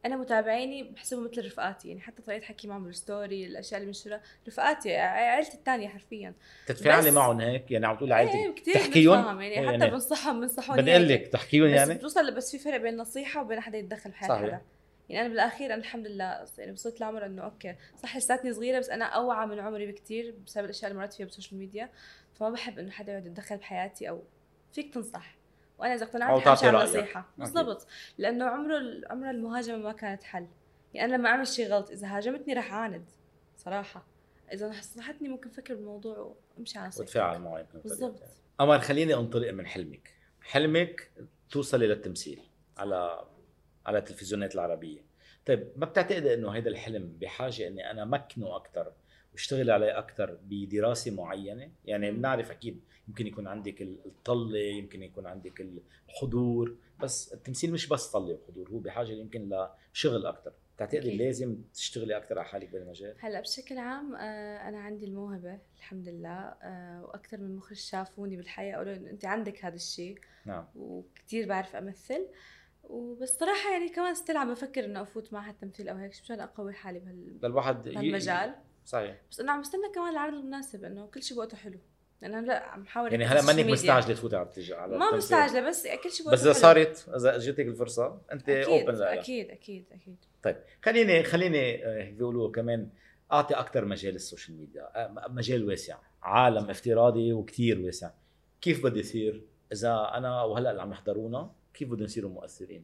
انا متابعيني بحسبهم مثل رفقاتي، يعني حتى طريقه حكي معهم بالستوري، الاشياء اللي بنشرها رفقاتي، عائلتي الثانيه حرفيا. تتفاعلي بس معهم هيك يعني على طول ايه عائلتك ايه كثير تحكيهم؟ بنتفاهم، يعني إيه حتى يعني بنصحهم بنصحوني بدي اقول لك هيك. تحكيهم بس يعني. بتوصل، بس في فرق بين النصيحه وبين حدا يتدخل بحياه صحيح. حدا. يعني انا بالاخير انا الحمد لله يعني وصلت لعمر انه اوكي صح لساتني صغيره، بس انا اوعى من عمري بكتير بسبب الاشياء اللي مرت فيها بالسوشيال ميديا. فما بحب انه حدا يقعد يتدخل بحياتي، او فيك تنصح وانا اذا اقتنعت او حمشي تعطي على رايك النصيحه اكيد. بالضبط. لانه عمره عمره المهاجمه ما كانت حل. يعني انا لما اعمل شيء غلط اذا هاجمتني راح اعاند صراحه، اذا نصحتني ممكن افكر بالموضوع وامشي على وتفاعل نصيحتك. معي بطريقة بالضبط. يعني. قمر خليني انطلق من حلمك. حلمك توصلي للتمثيل على على التلفزيونات العربيه. طيب ما بتعتقدي انه هذا الحلم بحاجه اني انا مكنه اكثر واشتغل عليه اكثر بدراسه معينه؟ يعني مم. بنعرف اكيد يمكن يكون عندك الطله، يمكن يكون عندك الحضور، بس التمثيل مش بس طله وحضور، هو بحاجه يمكن لشغل اكثر. بتعتقدي أكيد. لازم تشتغلي اكثر على حالك بالمجال؟ هلا بشكل عام آه، انا عندي الموهبه الحمد لله، آه، واكثر من مخرج شافوني بالحياه قالوا انه انت عندك هذا الشيء. نعم. وكثير بعرف امثل. وبس صراحه يعني كمان ستيل عم بفكر انه افوت معهد تمثيل او هيك مشان اقوي حالي بهال... للواحد ي... بهالمجال. صحيح. بس انه عم بستنى كمان العرض المناسب، انه كل شيء بوقته حلو. لان انا لا عم حاول يعني اركز هلا على السوشيال مانك ميديا. مستعجله تفوتي على التج... على ما التمثيل؟ مستعجله، بس كل شيء بس بوقته اذا حلو. صارت، اذا اجتك الفرصه انت اكيد اوبن لها. اكيد اكيد اكيد. طيب خليني خليني آه، هيك بيقولوا كمان اعطي اكثر مجال للسوشيال ميديا، آه، مجال واسع، عالم افتراضي وكتير واسع. كيف بدي يصير اذا انا وهلا اللي عم يحضرونا كيف بدهم يصيروا مؤثرين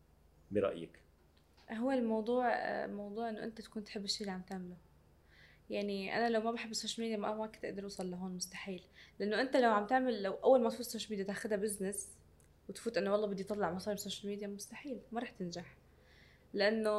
برايك؟ هو الموضوع آه، موضوع انه انت تكون تحب الشيء اللي عم تعمله. يعني انا لو ما بحب السوشيال ميديا ما ما كنت اقدر اوصل لهون، مستحيل. لانه انت لو عم تعمل، لو اول ما تفوت السوشيال ميديا تاخذها بزنس وتفوت انه والله بدي اطلع مصاري بالسوشيال ميديا، مستحيل ما رح تنجح. لانه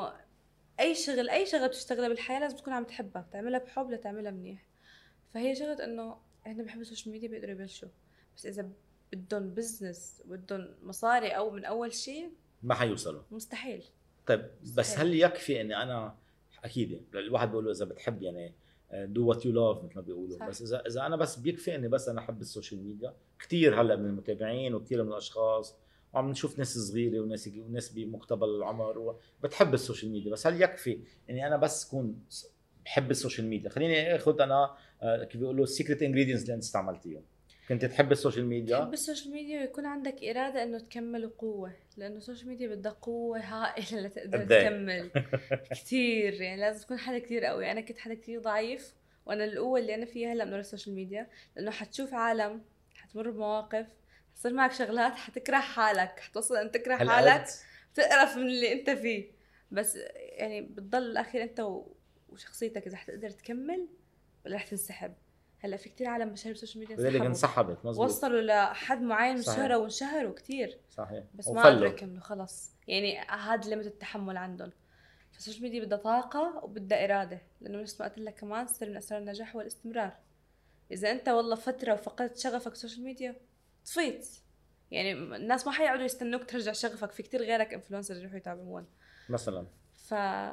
اي شغل اي شغله بتشتغلها بالحياه لازم تكون عم تحبها، بتعملها بحب لتعملها منيح. فهي شغله انه احنا بنحب السوشيال ميديا بيقدروا يبلشوا، بس اذا بدهم بزنس وبدهم مصاري او من اول شيء ما حيوصلوا. مستحيل. طيب بس مستحيل. هل يكفي اني انا، اكيد الواحد بيقول له اذا بتحب يعني دو وات يو لاف مثل ما بيقولوا، صح. بس اذا اذا انا بس بيكفي اني بس انا احب السوشيال ميديا؟ كثير هلا من المتابعين وكثير من الاشخاص وعم نشوف ناس صغيره وناس وناس بمقتبل العمر وبتحب السوشيال ميديا، بس هل يكفي اني انا بس اكون بحب السوشيال ميديا؟ خليني اخذ انا آه، كيف بيقولوا السيكريت انجريدينتس اللي انت استعملتيهم. كنت تحب السوشيال ميديا؟ تحب السوشيال ميديا ويكون عندك إرادة إنه تكمل وقوة، لأنه السوشيال ميديا بدها قوة هائلة لتقدر قد إيه؟ تكمل. كتير يعني لازم تكون حدا كتير قوي. أنا كنت حدا كتير ضعيف، وأنا القوة اللي أنا فيها هلا من ورا السوشيال ميديا، لأنه حتشوف عالم، حتمر بمواقف، حتصير معك شغلات، حتكره حالك، حتوصل أن تكره هالقد؟ حالك، تقرف من اللي أنت فيه. بس يعني بتضل الأخير أنت و- وشخصيتك إذا حتقدر تكمل ولا رح تنسحب. هلا في كتير عالم مشاهير بالسوشيال ميديا بذلك انسحبوا، انسحبت. مزبوط. وصلوا لحد معين من صحيح. الشهرة وانشهروا كتير، صحيح. بس ما وفلوا. قدروا يكملوا خلص. يعني هذا ليميت التحمل عندهم. فالسوشيال ميديا بدها طاقة وبدها إرادة، لأنه نفس ما قلت لك كمان سر من أسرار النجاح هو الاستمرار. إذا أنت والله فترة وفقدت شغفك السوشيال ميديا طفيت. يعني الناس ما حيقعدوا يستنوك ترجع شغفك، في كتير غيرك انفلونسر يروحوا يتابعون مثلا. ف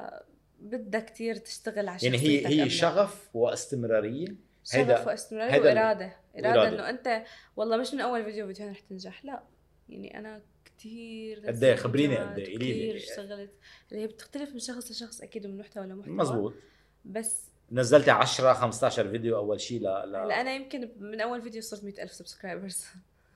بدك كتير تشتغل على يعني شخصيتك. هي هي قبلها. شغف واستمراريه. شغف هيدا واستمرارية هيدا وإرادة. إرادة وإرادة. إنه أنت والله مش من أول فيديو فيديوهين رح تنجح، لا. يعني أنا كتير قد ايه؟ نزلت خبريني فيديوهات قد ايه؟ قولي لي. كتير اشتغلت. اللي هي بتختلف من شخص لشخص أكيد، ومن محتوى لمحتوى. مزبوط. بس نزلتي عشرة خمستاشر فيديو اول شيء لا هلا لا أنا يمكن من أول فيديو صرت مئة ألف سبسكرايبرز.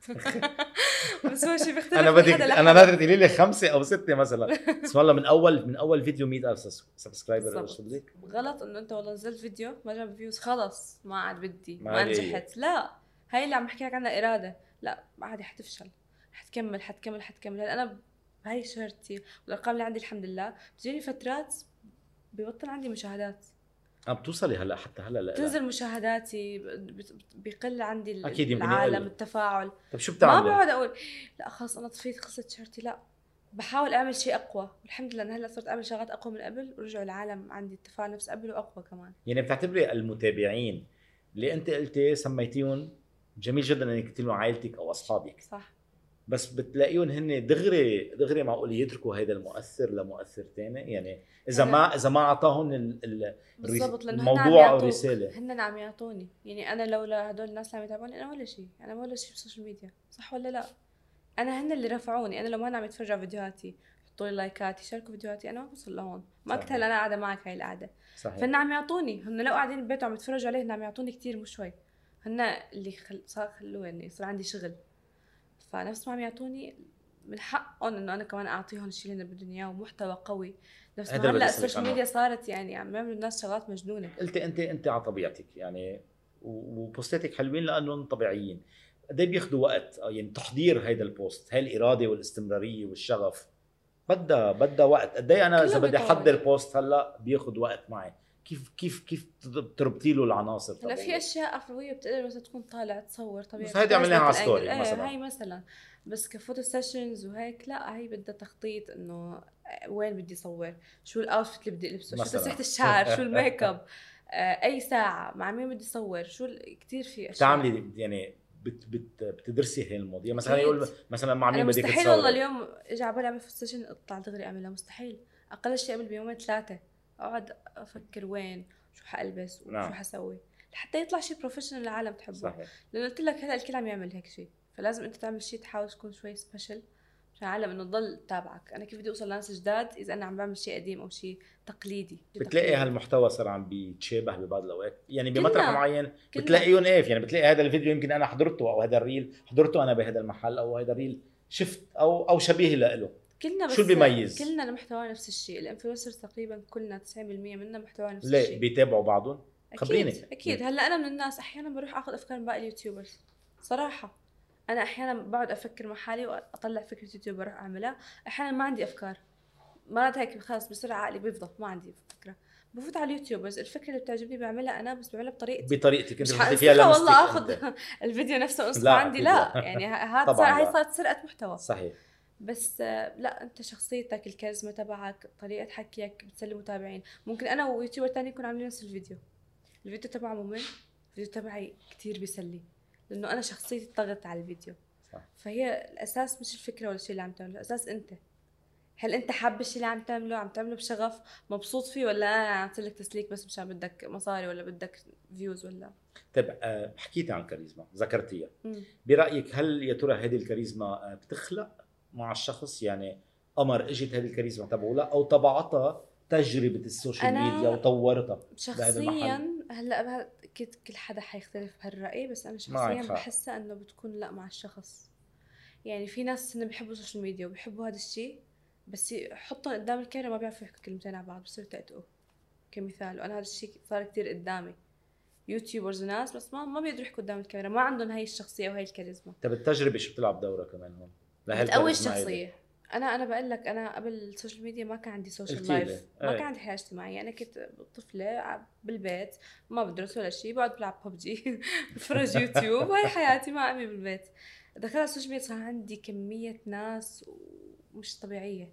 بس هو شيء بيختلف انا من بدك حدا انا لحدا. نادر تقولي لي خمسه او سته مثلا. بسم الله، من اول من اول فيديو مئة ألف سبسكرايبر بالضبط. وصل لك. غلط انه انت والله نزلت فيديو ما جاب فيوز خلص ما عاد بدي ما ما عاد هي. نجحت. لا، هاي اللي عم بحكي لك عنها إرادة. لا عادي حتفشل، حتكمل حتكمل حتكمل. هلا انا بهاي شهرتي والارقام اللي عندي الحمد لله، بتجيني فترات بيبطل عندي مشاهدات، عم بتوصلي هلا حتى هلا لا تنزل مشاهداتي، بت- بيقل عندي ال- أكيد يمكن العالم يقل. التفاعل. طيب شو ما بتعملي؟ بقعد اقول لا خلص انا طفيت خلصت شهرتي، لا بحاول اعمل شيء اقوى. والحمد لله ان هلا صرت اعمل شغلات اقوى من قبل، ورجعوا العالم عندي التفاعل نفس قبل واقوى كمان. يعني بتعتبري المتابعين اللي انت قلتي سميتيهم جميل جدا انك قلتي لهم عائلتك او اصحابك، صح. بس بتلاقيهم هن دغري دغري معقول يتركوا هذا المؤثر لمؤثر ثاني؟ يعني اذا هلا- ما اذا ما اعطاهم ال- ال- بالضبط، لانه هن عم الموضوع او يعطوك، الرساله. هن عم يعطوني. يعني انا لولا هدول الناس اللي عم يتابعوني انا ولا شيء، انا ولا شيء بالسوشيال ميديا، صح ولا لا؟ انا هن اللي رفعوني. انا لو ما عم يتفرجوا على فيديوهاتي يحطوا لي لايكات يشاركوا فيديوهاتي، انا ما بوصل لهون، ما صحيح. كنت هلا انا قاعده معك هاي القعده. صحيح. فهن عم يعطوني، هن لو قاعدين ببيت وعم يتفرجوا عليه هن عم يعطوني كتير مو شوي، هن اللي خل... صار خلوه يعني صار عندي شغل، فنفس ما عم يعطوني من حقهم انه انا كمان اعطيهم الشيء اللي بدهم اياه ومحتوى قوي. نفس هذا ما اللي بدي هلا اسالك السوشيال عنه. ميديا صارت يعني عم يعملوا الناس شغلات مجنونه. قلت انت انت على طبيعتك يعني، و- وبوستاتك حلوين لانهم طبيعيين. قد ايه بياخذوا وقت آه، يعني تحضير هيدا البوست؟ هاي الاراده والاستمراريه والشغف بدها بدها وقت. قد ايه انا اذا كله بدي بيطول. احضر بوست هلا بياخذ وقت معي؟ كيف كيف كيف تربطي له العناصر هلا في تبعوله؟ اشياء عفويه بتقدر مثلا تكون طالع تصور طبيعي بس هيدي عملناها بتعجبك على الانجل، ستوري ايه مثلا. هاي مثلا. بس كفوتو سيشنز وهيك لا، هي بدها تخطيط انه وين بدي صور، شو الاوتفيت اللي بدي البسه، شو مثلا تسريحه الشعر، شو الميك اب، آه، اي ساعه مع مين بدي صور، شو ال- كتير في اشياء. بتعملي يعني بت بت بتدرسي هي المواضيع مثلا؟ اكيد. يقول مثلا مع انا مين بدك مستحيل والله تصوري؟ اليوم اجى على بالي اعمل فوتو سيشن اطلع دغري اعملها، مستحيل. اقل شيء قبل بيومين ثلاثه اقعد افكر وين، شو حالبس وشو نعم. حسوي لحتى يطلع شيء بروفيشنال العالم تحبه. صحيح. لانه قلت لك هلا الكل عم يعمل هيك شيء، فلازم انت تعمل شيء تحاول تكون شوي سبيشل عشان العالم انه تضل تتابعك. انا كيف بدي اوصل لناس جداد اذا انا عم بعمل شيء قديم او شيء تقليدي؟ شيء بتلاقي تقليدي. هالمحتوى صار عم بيتشابه ببعض الاوقات يعني بمطرح كلنا معين كلنا بتلاقيهم ايه يعني؟ بتلاقي هذا الفيديو يمكن انا حضرته او هذا الريل حضرته انا بهذا المحل، او هذا الريل شفت او او شبيه له. كلنا شو بس اللي بيميز؟ كلنا المحتوى نفس الشيء. الانفلونسرز تقريبا كلنا تسعين بالمية منا محتوى نفس ليه الشيء. بيتابعوا بعضهم؟ اكيد خبريني. اكيد. هلا انا من الناس احيانا بروح اخذ افكار من باقي اليوتيوبرز صراحه. انا احيانا بقعد افكر مع حالي واطلع فكره يوتيوب اروح اعملها. احيانا ما عندي افكار، مرات هيك خلاص بسرعه عقلي بيفضى ما عندي فكره، بفوت على اليوتيوبرز الفكره اللي بتعجبني بعملها انا، بس بعملها بطريقتي. بطريقتك انت مش بتحطي فيها حانسخها والله لمستك اخذ انت. الفيديو نفسه وانسخه لا عندي، اكيد لا لا. يعني هذا صار، طبعا هي لا. صارت سرقه محتوى. صحيح. بس آه، لا انت شخصيتك، الكاريزما تبعك، طريقه حكيك بتسلي متابعين. ممكن انا ويوتيوبر تاني يكون عاملين نفس الفيديو، الفيديو تبعه ممل، الفيديو تبعي كتير بيسلي لانه انا شخصيتي طغت على الفيديو. صح. فهي الاساس مش الفكره ولا الشيء اللي عم تعمله، الاساس انت. هل انت حابب الشيء اللي عم تعمله، عم تعمله بشغف، مبسوط فيه، ولا انا عم لك تسليك بس مشان بدك مصاري ولا بدك فيوز ولا. طيب آه، حكيتي عن الكاريزما ذكرتيها، مم. برايك هل يا ترى هذه الكاريزما آه، بتخلق مع الشخص؟ يعني قمر اجت هذه الكاريزما تبعه لا او طبعتها تجربه السوشيال أنا ميديا وطورتها بهذا المحل؟ شخصيا هلا بها- اكيد كل حدا حيختلف بهالراي، بس انا معك شخصيا حق. بحسها انه بتكون لا مع الشخص. يعني في ناس هن بيحبوا السوشيال ميديا وبيحبوا هذا الشيء، بس يحطهم قدام الكاميرا ما بيعرفوا يحكوا كلمتين على بعض، بصيروا تأتئوا كمثال. وانا هذا الشيء صار كتير قدامي، يوتيوبرز وناس بس ما ما بيقدروا يحكوا قدام الكاميرا، ما عندهم هاي الشخصيه وهي الكاريزما. طيب التجربه شو بتلعب دورها كمان هون بتقوي لهالكاريزما هيدي؟ الشخصيه. انا انا بقول لك انا قبل السوشيال ميديا ما كان عندي سوشيال قلتي لي. لايف، ما ايه. كان عندي حياه اجتماعيه. انا كنت طفله ع- بالبيت ما بدرس ولا شيء، بقعد بلعب ببجي بتفرج يوتيوب، هاي حياتي مع امي بالبيت. دخلت على السوشيال ميديا صار عندي كميه ناس مش طبيعيه.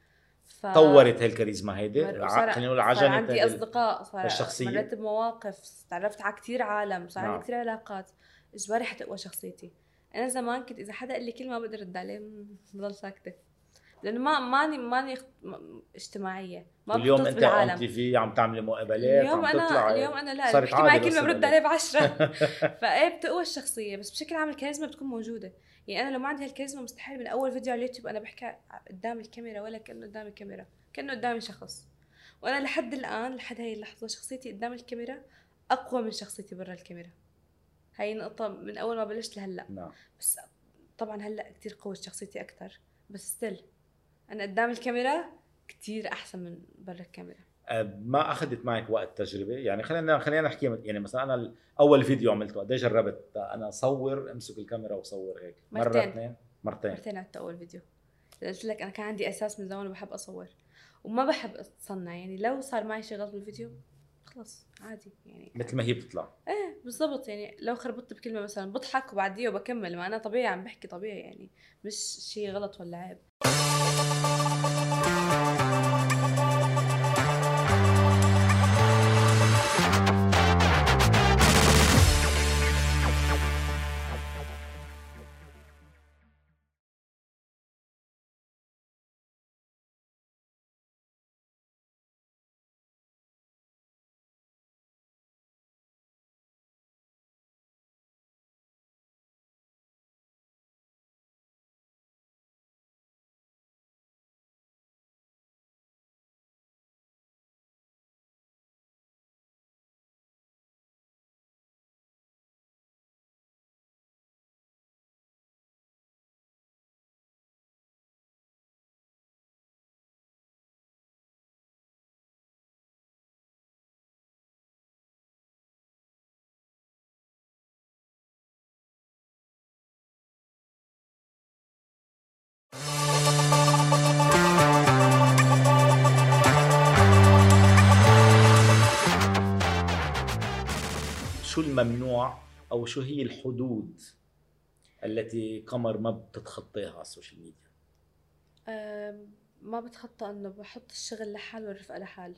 ف طورت هاي الكاريزما هيدي مر... ع- وصار خلينا نقول صار عجنت عندي هيدي ال- اصدقاء، صار الشخصيه. مريت بمواقف، تعرفت على كثير عالم، صار عندي نعم. كثير علاقات. اجباري حتقوى شخصيتي. انا زمان كنت اذا حدا قال لي كلمه ما بقدر ارد عليه، مم، بضل ساكته لانه ما ماني ماني اخت... م- اجتماعيه، ما واليوم بختلط انت اون بالعالم. تي في عم تعملي مقابلات اليوم عم انا تطلعي، اليوم انا لا، اللي صارت بحكي معي عادي كلمه اصلا برد عليه لك. بعشرة. فايه بتقوى الشخصيه، بس بشكل عام الكاريزما بتكون موجوده. يعني انا لو ما عندي هالكاريزما مستحيل من اول فيديو على اليوتيوب انا بحكي قدام الكاميرا ولا كانه قدام الكاميرا، كانه قدامي شخص. وانا لحد الان لحد هاي اللحظه شخصيتي قدام الكاميرا اقوى من شخصيتي برا الكاميرا. هاي نقطه من اول ما بلشت لهلا. نعم. بس طبعا هلا كتير قوت شخصيتي اكثر، بس ستيل انا قدام الكاميرا كتير احسن من برا الكاميرا. أه، ما اخذت معك وقت تجربه؟ يعني خلينا خلينا نحكي يعني مثلا انا اول فيديو عملته قد ايه جربت انا اصور امسك الكاميرا واصور هيك؟ مره مرتين. اثنين مرتين مرتين عدت اول فيديو. قلت لك انا كان عندي اساس من زمان وبحب اصور وما بحب اتصنع. يعني لو صار معي شيء غلط بالفيديو خلص عادي يعني مثل ما هي بتطلع. ايه بالضبط. يعني لو خربطت بكلمه مثلا بضحك وبعديه وبكمل، ما انا طبيعي عم بحكي طبيعي، يعني مش شيء غلط ولا عيب. الممنوع او شو هي الحدود التي قمر ما بتتخطيها على السوشيال ميديا؟ أم، ما بتخطى انه بحط الشغل لحال والرفقه لحال.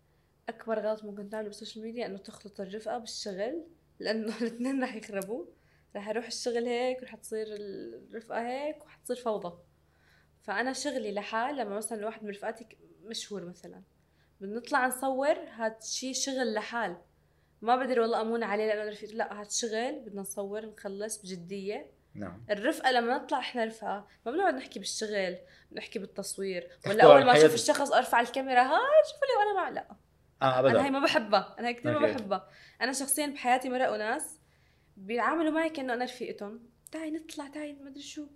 اكبر غلط ممكن تعمله بالسوشيال ميديا انه تخلط الرفقه بالشغل، لانه الاثنين رح يخربوا. رح يروح الشغل هيك ورح تصير الرفقه هيك وحتصير فوضى. فانا شغلي لحال. لما مثلا الواحد من رفقاتي مشهور مثلا بنطلع نصور، هاد شي شغل لحال، ما بقدر والله امون عليه لانه رفيق. لا، هاد شغل بدنا نصور نخلص بجديه. نعم. الرفقه لما نطلع احنا رفقه ما بنقعد نحكي بالشغل، بنحكي بالتصوير، ولا تحكوا عن اول ما اشوف حياة- الشخص ارفع الكاميرا هاي شوفوا لي وانا مع. لا، اه ابدا. انا هاي ما بحبها، انا هاي كثير ما أوكي. بحبها. انا شخصيا بحياتي مرقوا ناس بيعاملوا معي كانه انا رفيقتهم، تعي نطلع تعي ما ادري شو.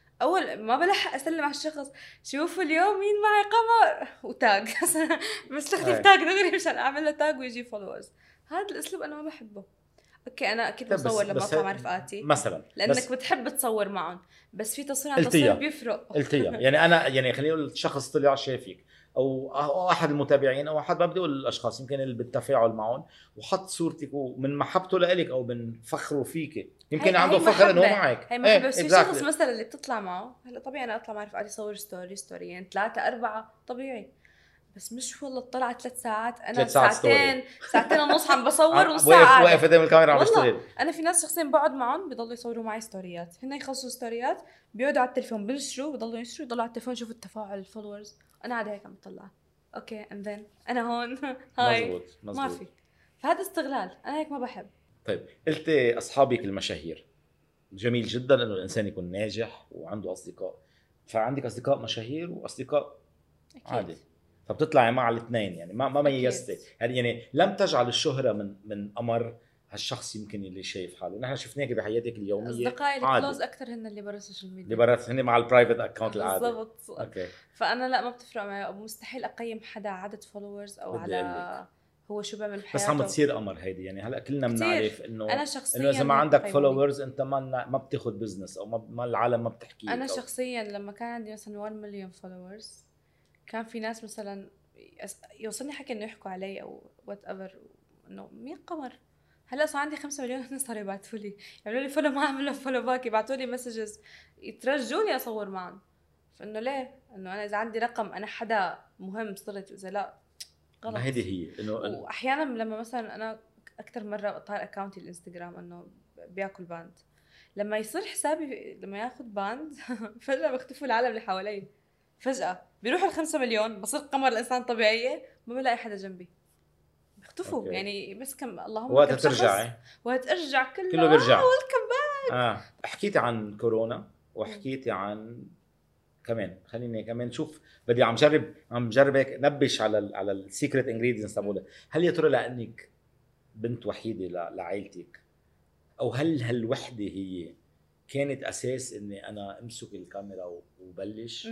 اول ما بلحق اسلم على الشخص، شوفوا اليوم مين معي قمر وتاج. بستخدم أي. تاج دغري مشان اعمل له تاج ويجي فولورز. هذا الاسلوب انا ما بحبه. اوكي انا اكيد طب بس- بصور لما بس اطلع هي- مع رفقاتي مثلا لانك بس بتحب تصور معهم، بس في تصوير عن قلتيها. تصوير بيفرق. قلتيها يعني انا يعني خليني اقول شخص طلع شافك او أو احد المتابعين او احد، ما بدي اقول الاشخاص يمكن اللي بالتفاعل معهم، وحط صورتك ومن محبته لإلك او من فخره فيك، يمكن هي- عنده هي فخر انه هو محبة. معك. هي محبة. إيه، بس في exactly. شخص مثلا اللي بتطلع معه، هلا طبيعي انا اطلع مع رفقاتي صور ستوري ستوريين ثلاثة أربعة طبيعي، بس مش والله طلعت ثلاث ساعات انا ثلاث ساعات ساعتين ستوري. ساعتين ونص عم بصور عم- ونص واقف ساعة واقف قاعدة. قدام الكاميرا عم والله يشتغل. انا في ناس شخصيا بقعد معهم بضلوا يصوروا معي ستوريات، هن يخلصوا ستوريات بيقعدوا على التليفون بنشروا بضلوا ينشروا يضلوا على التليفون يشوفوا التفاعل الفولورز. انا قاعدة هيك عم بطلع اوكي اند ذن انا هون. هاي مزبوط مزبوط. ما في. فهذا استغلال، انا هيك ما بحب. طيب قلت اصحابك المشاهير، جميل جدا انه الانسان يكون ناجح وعنده اصدقاء، فعندك اصدقاء مشاهير واصدقاء اكيد عادي، فبتطلعي مع الاثنين يعني ما ما أكيد. ميزتي يعني يعني لم تجعل الشهرة من من امر هالشخص يمكن اللي شايف حاله. نحن شفناك بحياتك اليوميه اصدقائي عادي. الكلوز اكثر هن اللي برا السوشيال ميديا، اللي برات هن مع البرايفت اكونت العادي. بالضبط. اوكي. فانا لا ما بتفرق معي، مستحيل اقيم حدا عدد فولورز او بدي على هو شو بيعمل بحياته. بس عم تصير امر هيدي يعني هلا كلنا كتير. بنعرف انه انا شخصيا انه اذا ما هيك عندك بقيموني. فولورز انت ما ما بتاخذ بزنس او ما, ما العالم ما بتحكي. انا شخصيا لما كان عندي مثلا واحد مليون فولورز كان في ناس مثلا يس- يوصلني حكي انه يحكوا علي او وات ايفر انه مين قمر. هلا صار عندي خمسة مليون هن صاروا يبعثوا لي يعملوا لي فولو، ما اعمل لهم فولو باك، يبعثوا لي مسجز يترجوني اصور معهم. فانه ليه؟ انه انا اذا عندي رقم انا حدا مهم صرت، واذا لا غلط. ما هيدي هي انه واحيانا لما مثلا انا اكثر مره طار اكاونتي الانستغرام انه بياكل باند، لما يصير حسابي لما ياخذ باند فجاه بيختفوا العالم اللي حوالي، فجاه بيروحوا الخمسة مليون، بصير قمر الانسان طبيعيه ما بلاقي حدا جنبي، بيختفوا. أوكي. يعني بس كم اللهم وقت كم شخص، ترجعي وقت ارجع كله كله بيرجع. ويلكم. اه حكيتي عن كورونا وحكيتي عن كمان، خليني كمان شوف بدي عم جرب عم جرب هيك نبش على ال على السيكريت انجريدينتس تبعولها. هل يا ترى لانك بنت وحيده لعائلتك، او هل هالوحده هي كانت اساس اني انا امسك الكاميرا وبلش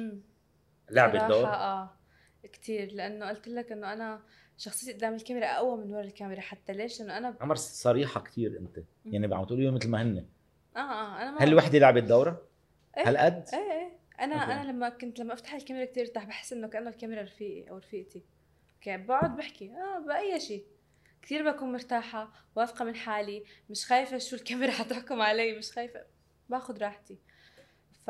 لعبت دور؟ اه كتير، لانه قلت لك انه انا شخصيتي قدام الكاميرا اقوى من ورا الكاميرا. حتى ليش؟ لانه انا عمر صريحه كتير انت، يعني عم تقولي مثل ما هن. اه اه انا ما هل الوحده لعبت دوره؟ إيه؟ هالقد؟ ايه ايه انا أوكي. انا لما كنت لما افتح الكاميرا كتير ارتاح، بحس انه كانه الكاميرا رفيقي او رفيقتي. اوكي بقعد بحكي اه باي شيء كتير بكون مرتاحه، واثقه من حالي، مش خايفه شو الكاميرا حتحكم علي، مش خايفه، باخذ راحتي. ف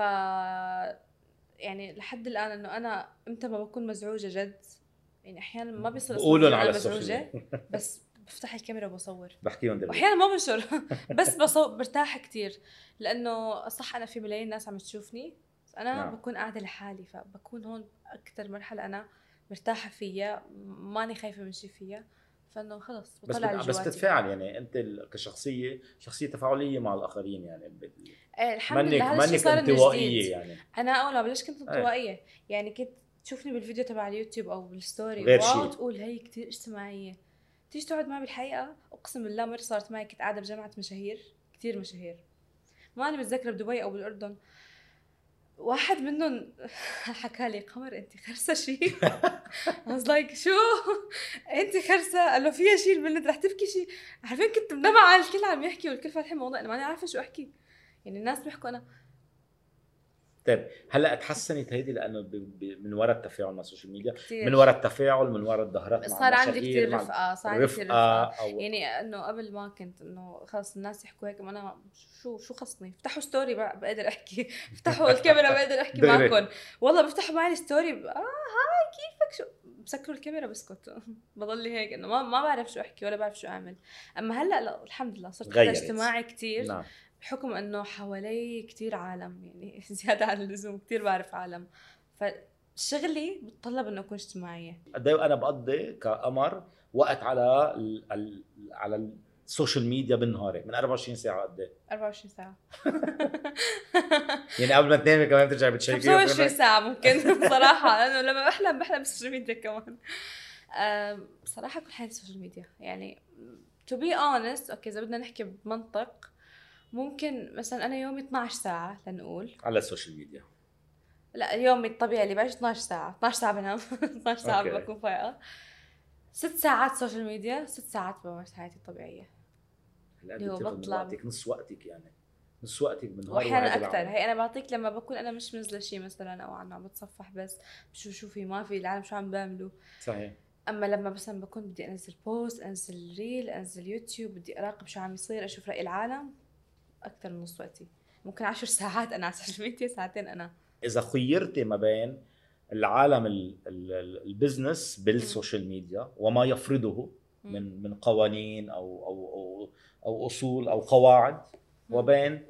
يعني لحد الان انه انا امتى ما بكون مزعوجه جد، يعني احيانا ما بيصير بقولن اصلا على انا السوشيال مزعوجه بس بفتح الكاميرا وبصور، بحكيهم دغري. واحيانا ما بنشر بس بصور برتاح كتير، لانه صح انا في ملايين ناس عم تشوفني، بس انا نعم. بكون قاعده لحالي، فبكون هون اكثر مرحله انا مرتاحه فيها، ماني خايفه من شيء فيها، فانه خلص بس بطلع بت... بس بتتفاعل يعني انت ال- كشخصيه شخصيه تفاعليه مع الاخرين يعني ب... ايه الحمد منك لله هذا الشيء منك صار انطوائيه جديد. يعني. انا اول ما بلشت كنت انطوائيه، يعني كنت تشوفني بالفيديو تبع اليوتيوب او بالستوري غير واو شيء. تقول هي كتير اجتماعيه، تيجي تقعد معي بالحقيقه اقسم بالله مره صارت معي، كنت قاعده بجامعه مشاهير كتير مشاهير، ما انا متذكره بدبي او بالاردن، واحد منهم حكى لي قمر انت خرسه شيء I was like شو انت خرسه؟ قال له فيها شيء البنت رح تبكي شيء، عارفين كنت مدمعه الكل عم يحكي والكل فاتحين موضوع انا ماني عارفه شو احكي، يعني الناس بيحكوا انا طيب هلا تحسنت هيدي لانه ب... ب... من وراء التفاعل مع السوشيال ميديا، كتير. من وراء التفاعل، من وراء الظهرات مع صار عندي المشاهير، كتير مع رفقة، صار عندي كتير الرفقه رفقة. او يعني انه قبل ما كنت انه خلص الناس يحكوا هيك، ما انا شو شو خصني، افتحوا ستوري بق- بقدر احكي، افتحوا الكاميرا بقدر احكي دغري. معكم. والله بفتحوا معي الستوري ب... اه هاي كيفك، شو بسكروا الكاميرا بسكت. بضل هيك انه ما ما بعرف شو احكي ولا بعرف شو اعمل. اما هلا لا الحمد لله صرت حدا غيرت. اجتماعي كتير. نعم. بحكم انه حوالي كتير عالم، يعني زيادة عن اللزوم كتير بعرف عالم، فشغلي بتطلب انه اكون اجتماعية. قد ايه انا بقضي كقمر وقت على ال... ال... على السوشيال ميديا بالنهار من أربعة وعشرين ساعه قد ايه؟ أربعة وعشرين ساعة. يعني قبل ما تنامي كمان بترجعي بتشيكي خمسة وعشرين ساعة ممكن صراحة، لأنه لما بحلم بحلم بالسوشيال ميديا كمان. أم، بصراحة كل حياتي السوشيال ميديا يعني. to be honest اوكي اذا بدنا نحكي بمنطق، ممكن مثلا انا يومي اثنعش ساعة لنقول على السوشيال ميديا. لا يومي الطبيعي اللي بعيش اثنعش ساعة، اثنعش ساعة بنام. اثنعش ساعة أوكي. بكون فايقة. ست ساعات سوشيال ميديا، ست ساعات بمارس حياتي الطبيعية. هلا اللي هو بتاخذ من بطلع وقتك نص وقتك، يعني نص وقتك بالنهار. واحيانا اكثر. هي انا بعطيك لما بكون انا مش منزله شيء مثلا او عم بتصفح بس بشوف شو في ما في العالم شو عم بيعملوا. صحيح. اما لما مثلا بكون بدي انزل بوست، انزل ريل، انزل يوتيوب، بدي اراقب شو عم يصير، اشوف راي العالم، اكثر من نص وقتي. ممكن عشر ساعات انا على السوشيال ميديا، ساعتين انا. اذا خيرتي ما بين العالم ال- ال- ال- البزنس بالسوشيال ميديا وما يفرضه من من قوانين او او او, أو اصول او قواعد، وبين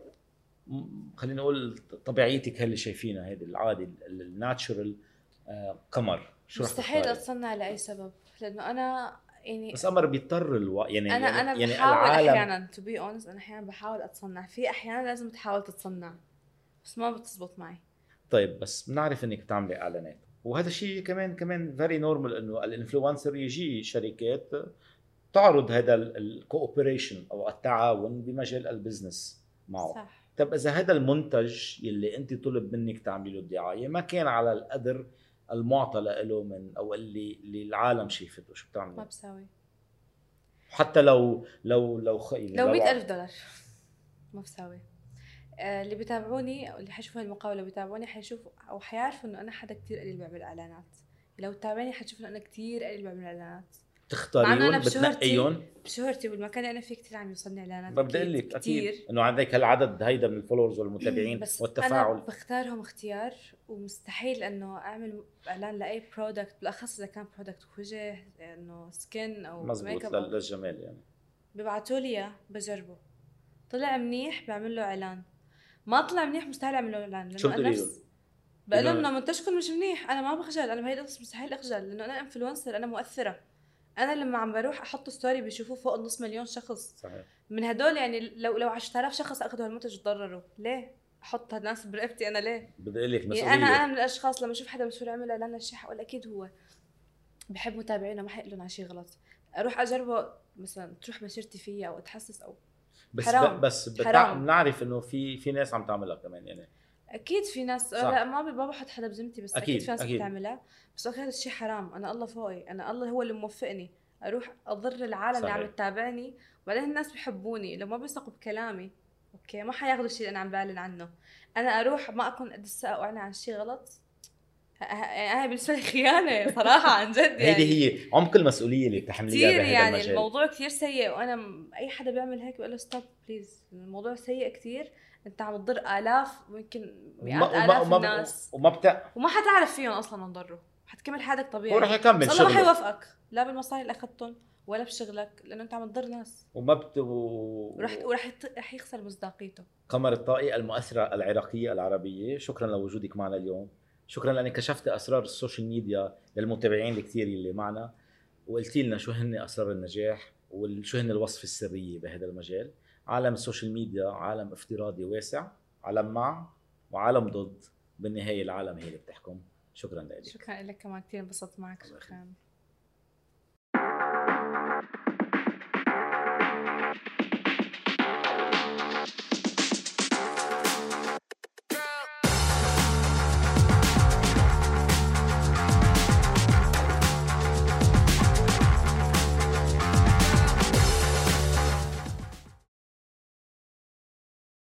م- خلينا نقول طبيعيتك اللي شايفينها هذه العادي الناتشرال قمر، شو رح مستحيل تختاري؟ اتصنع لاي سبب، لانه انا يعني بس قمر بيضطر الو... يعني انا يعني, انا يعني بحاول العالم. احيانا to be honest انا احيانا بحاول اتصنع، في احيانا لازم تحاول تتصنع بس ما بتزبط معي. طيب بس بنعرف انك بتعملي اعلانات، وهذا الشيء كمان كمان فيري نورمال انه الانفلونسر يجي شركات تعرض هذا الكوبريشن او التعاون بمجال البزنس معه. صح. طب اذا هذا المنتج اللي انت طلب منك تعملي له الدعايه ما كان على القدر المعطى له من او اللي اللي العالم شايفته، شو بتعملي؟ ما بساوي. حتى لو لو لو خ... يعني لو مئة ألف دولار ما بساوي. آه اللي بيتابعوني او اللي حيشوفوا هالمقابله بيتابعوني حيشوفوا او حيعرفوا انه انا حدا كتير قليل بعمل اعلانات. لو تابعني حتشوف انه انا كتير قليل بعمل اعلانات. تختاريهم بشهرتي بتنقيهم. بشهرتي والمكان اللي انا فيه كتير عم يوصلني اعلانات. ما بدي اقول لك كتير اكيد انه عندك هالعدد هيدا من الفولورز والمتابعين بس والتفاعل. انا بختارهم اختيار، ومستحيل انه اعمل اعلان لاي برودكت، بالاخص اذا كان برودكت وجه انه سكين او مزبوط ميك اب. للجمال يعني. ببعثوا لي اياه بجربه، طلع منيح بعمل له اعلان، ما طلع منيح مستحيل اعمل له اعلان. شو لانه بتقولي انا له؟ نفس بقول لهم انه منتجكم مش منيح، انا ما بخجل، انا بهي القصه مستحيل اخجل، لانه انا انفلونسر، انا مؤثره. انا لما عم بروح احط ستوري بيشوفوه فوق النص مليون شخص. صحيح. من هدول يعني لو لو عشرة آلاف شخص اخذوا هالمنتج تضرروا، ليه احط هالناس برقبتي انا؟ ليه؟ بدي اقول لك مسؤوليه. يعني انا انا من الاشخاص لما اشوف حدا مشهور عمل اعلان للشيء حقول اكيد هو بحب متابعينه، ما حيقول لهم على شيء غلط. اروح اجربه مثلا تروح مسيرتي فيه او اتحسس او بس حرام. بس بتع... حرام. بنعرف انه في في ناس عم تعملها كمان يعني. اكيد في ناس، صح. لا ما ما بحط حدا بذمتي، بس اكيد, أكيد في ناس أكيد. بتعملها. بس اوكي هذا الشيء حرام، انا الله فوقي، انا الله هو اللي موفقني اروح اضر العالم اللي صحيح. عم تتابعني، وبعدين الناس بيحبوني لو ما بيثقوا بكلامي اوكي ما حياخذوا الشيء اللي انا عم بعلن عنه. انا اروح ما اكون قد الثقه واعلن عن شيء غلط، هاي بالنسبه لي خيانه صراحه عن جد يعني. هيدي هي عمق المسؤوليه اللي بتحمليها كثير بهذا يعني المجال. الموضوع كثير سيء، وانا م- اي حدا بيعمل هيك بقول له ستوب بليز، الموضوع سيء كثير، انت عم تضر الاف ويمكن مئات وما الاف وما الناس وما بتاع وما حتعرف فيهم اصلا نضروا، حتكمل حياتك طبيعي. هو رح يكمل بس الله ما شغله حيوفقك لا بالمصاري اللي اخذتهم ولا بشغلك، لانه انت عم تضر ناس وما بت و... ورح ورح يط- رح يخسر مصداقيته. قمر الطائي المؤثره العراقيه العربيه، شكرا لوجودك معنا اليوم، شكرا لانك كشفت اسرار السوشيال ميديا للمتابعين الكثير اللي معنا، وقلتي لنا شو هن اسرار النجاح وشو هن الوصفه السريه بهذا المجال. عالم السوشيال ميديا عالم افتراضي واسع، عالم مع وعالم ضد، بالنهايه العالم هي اللي بتحكم. شكرا لك. شكرا لك كمان، كثير انبسطت معك. شكرا.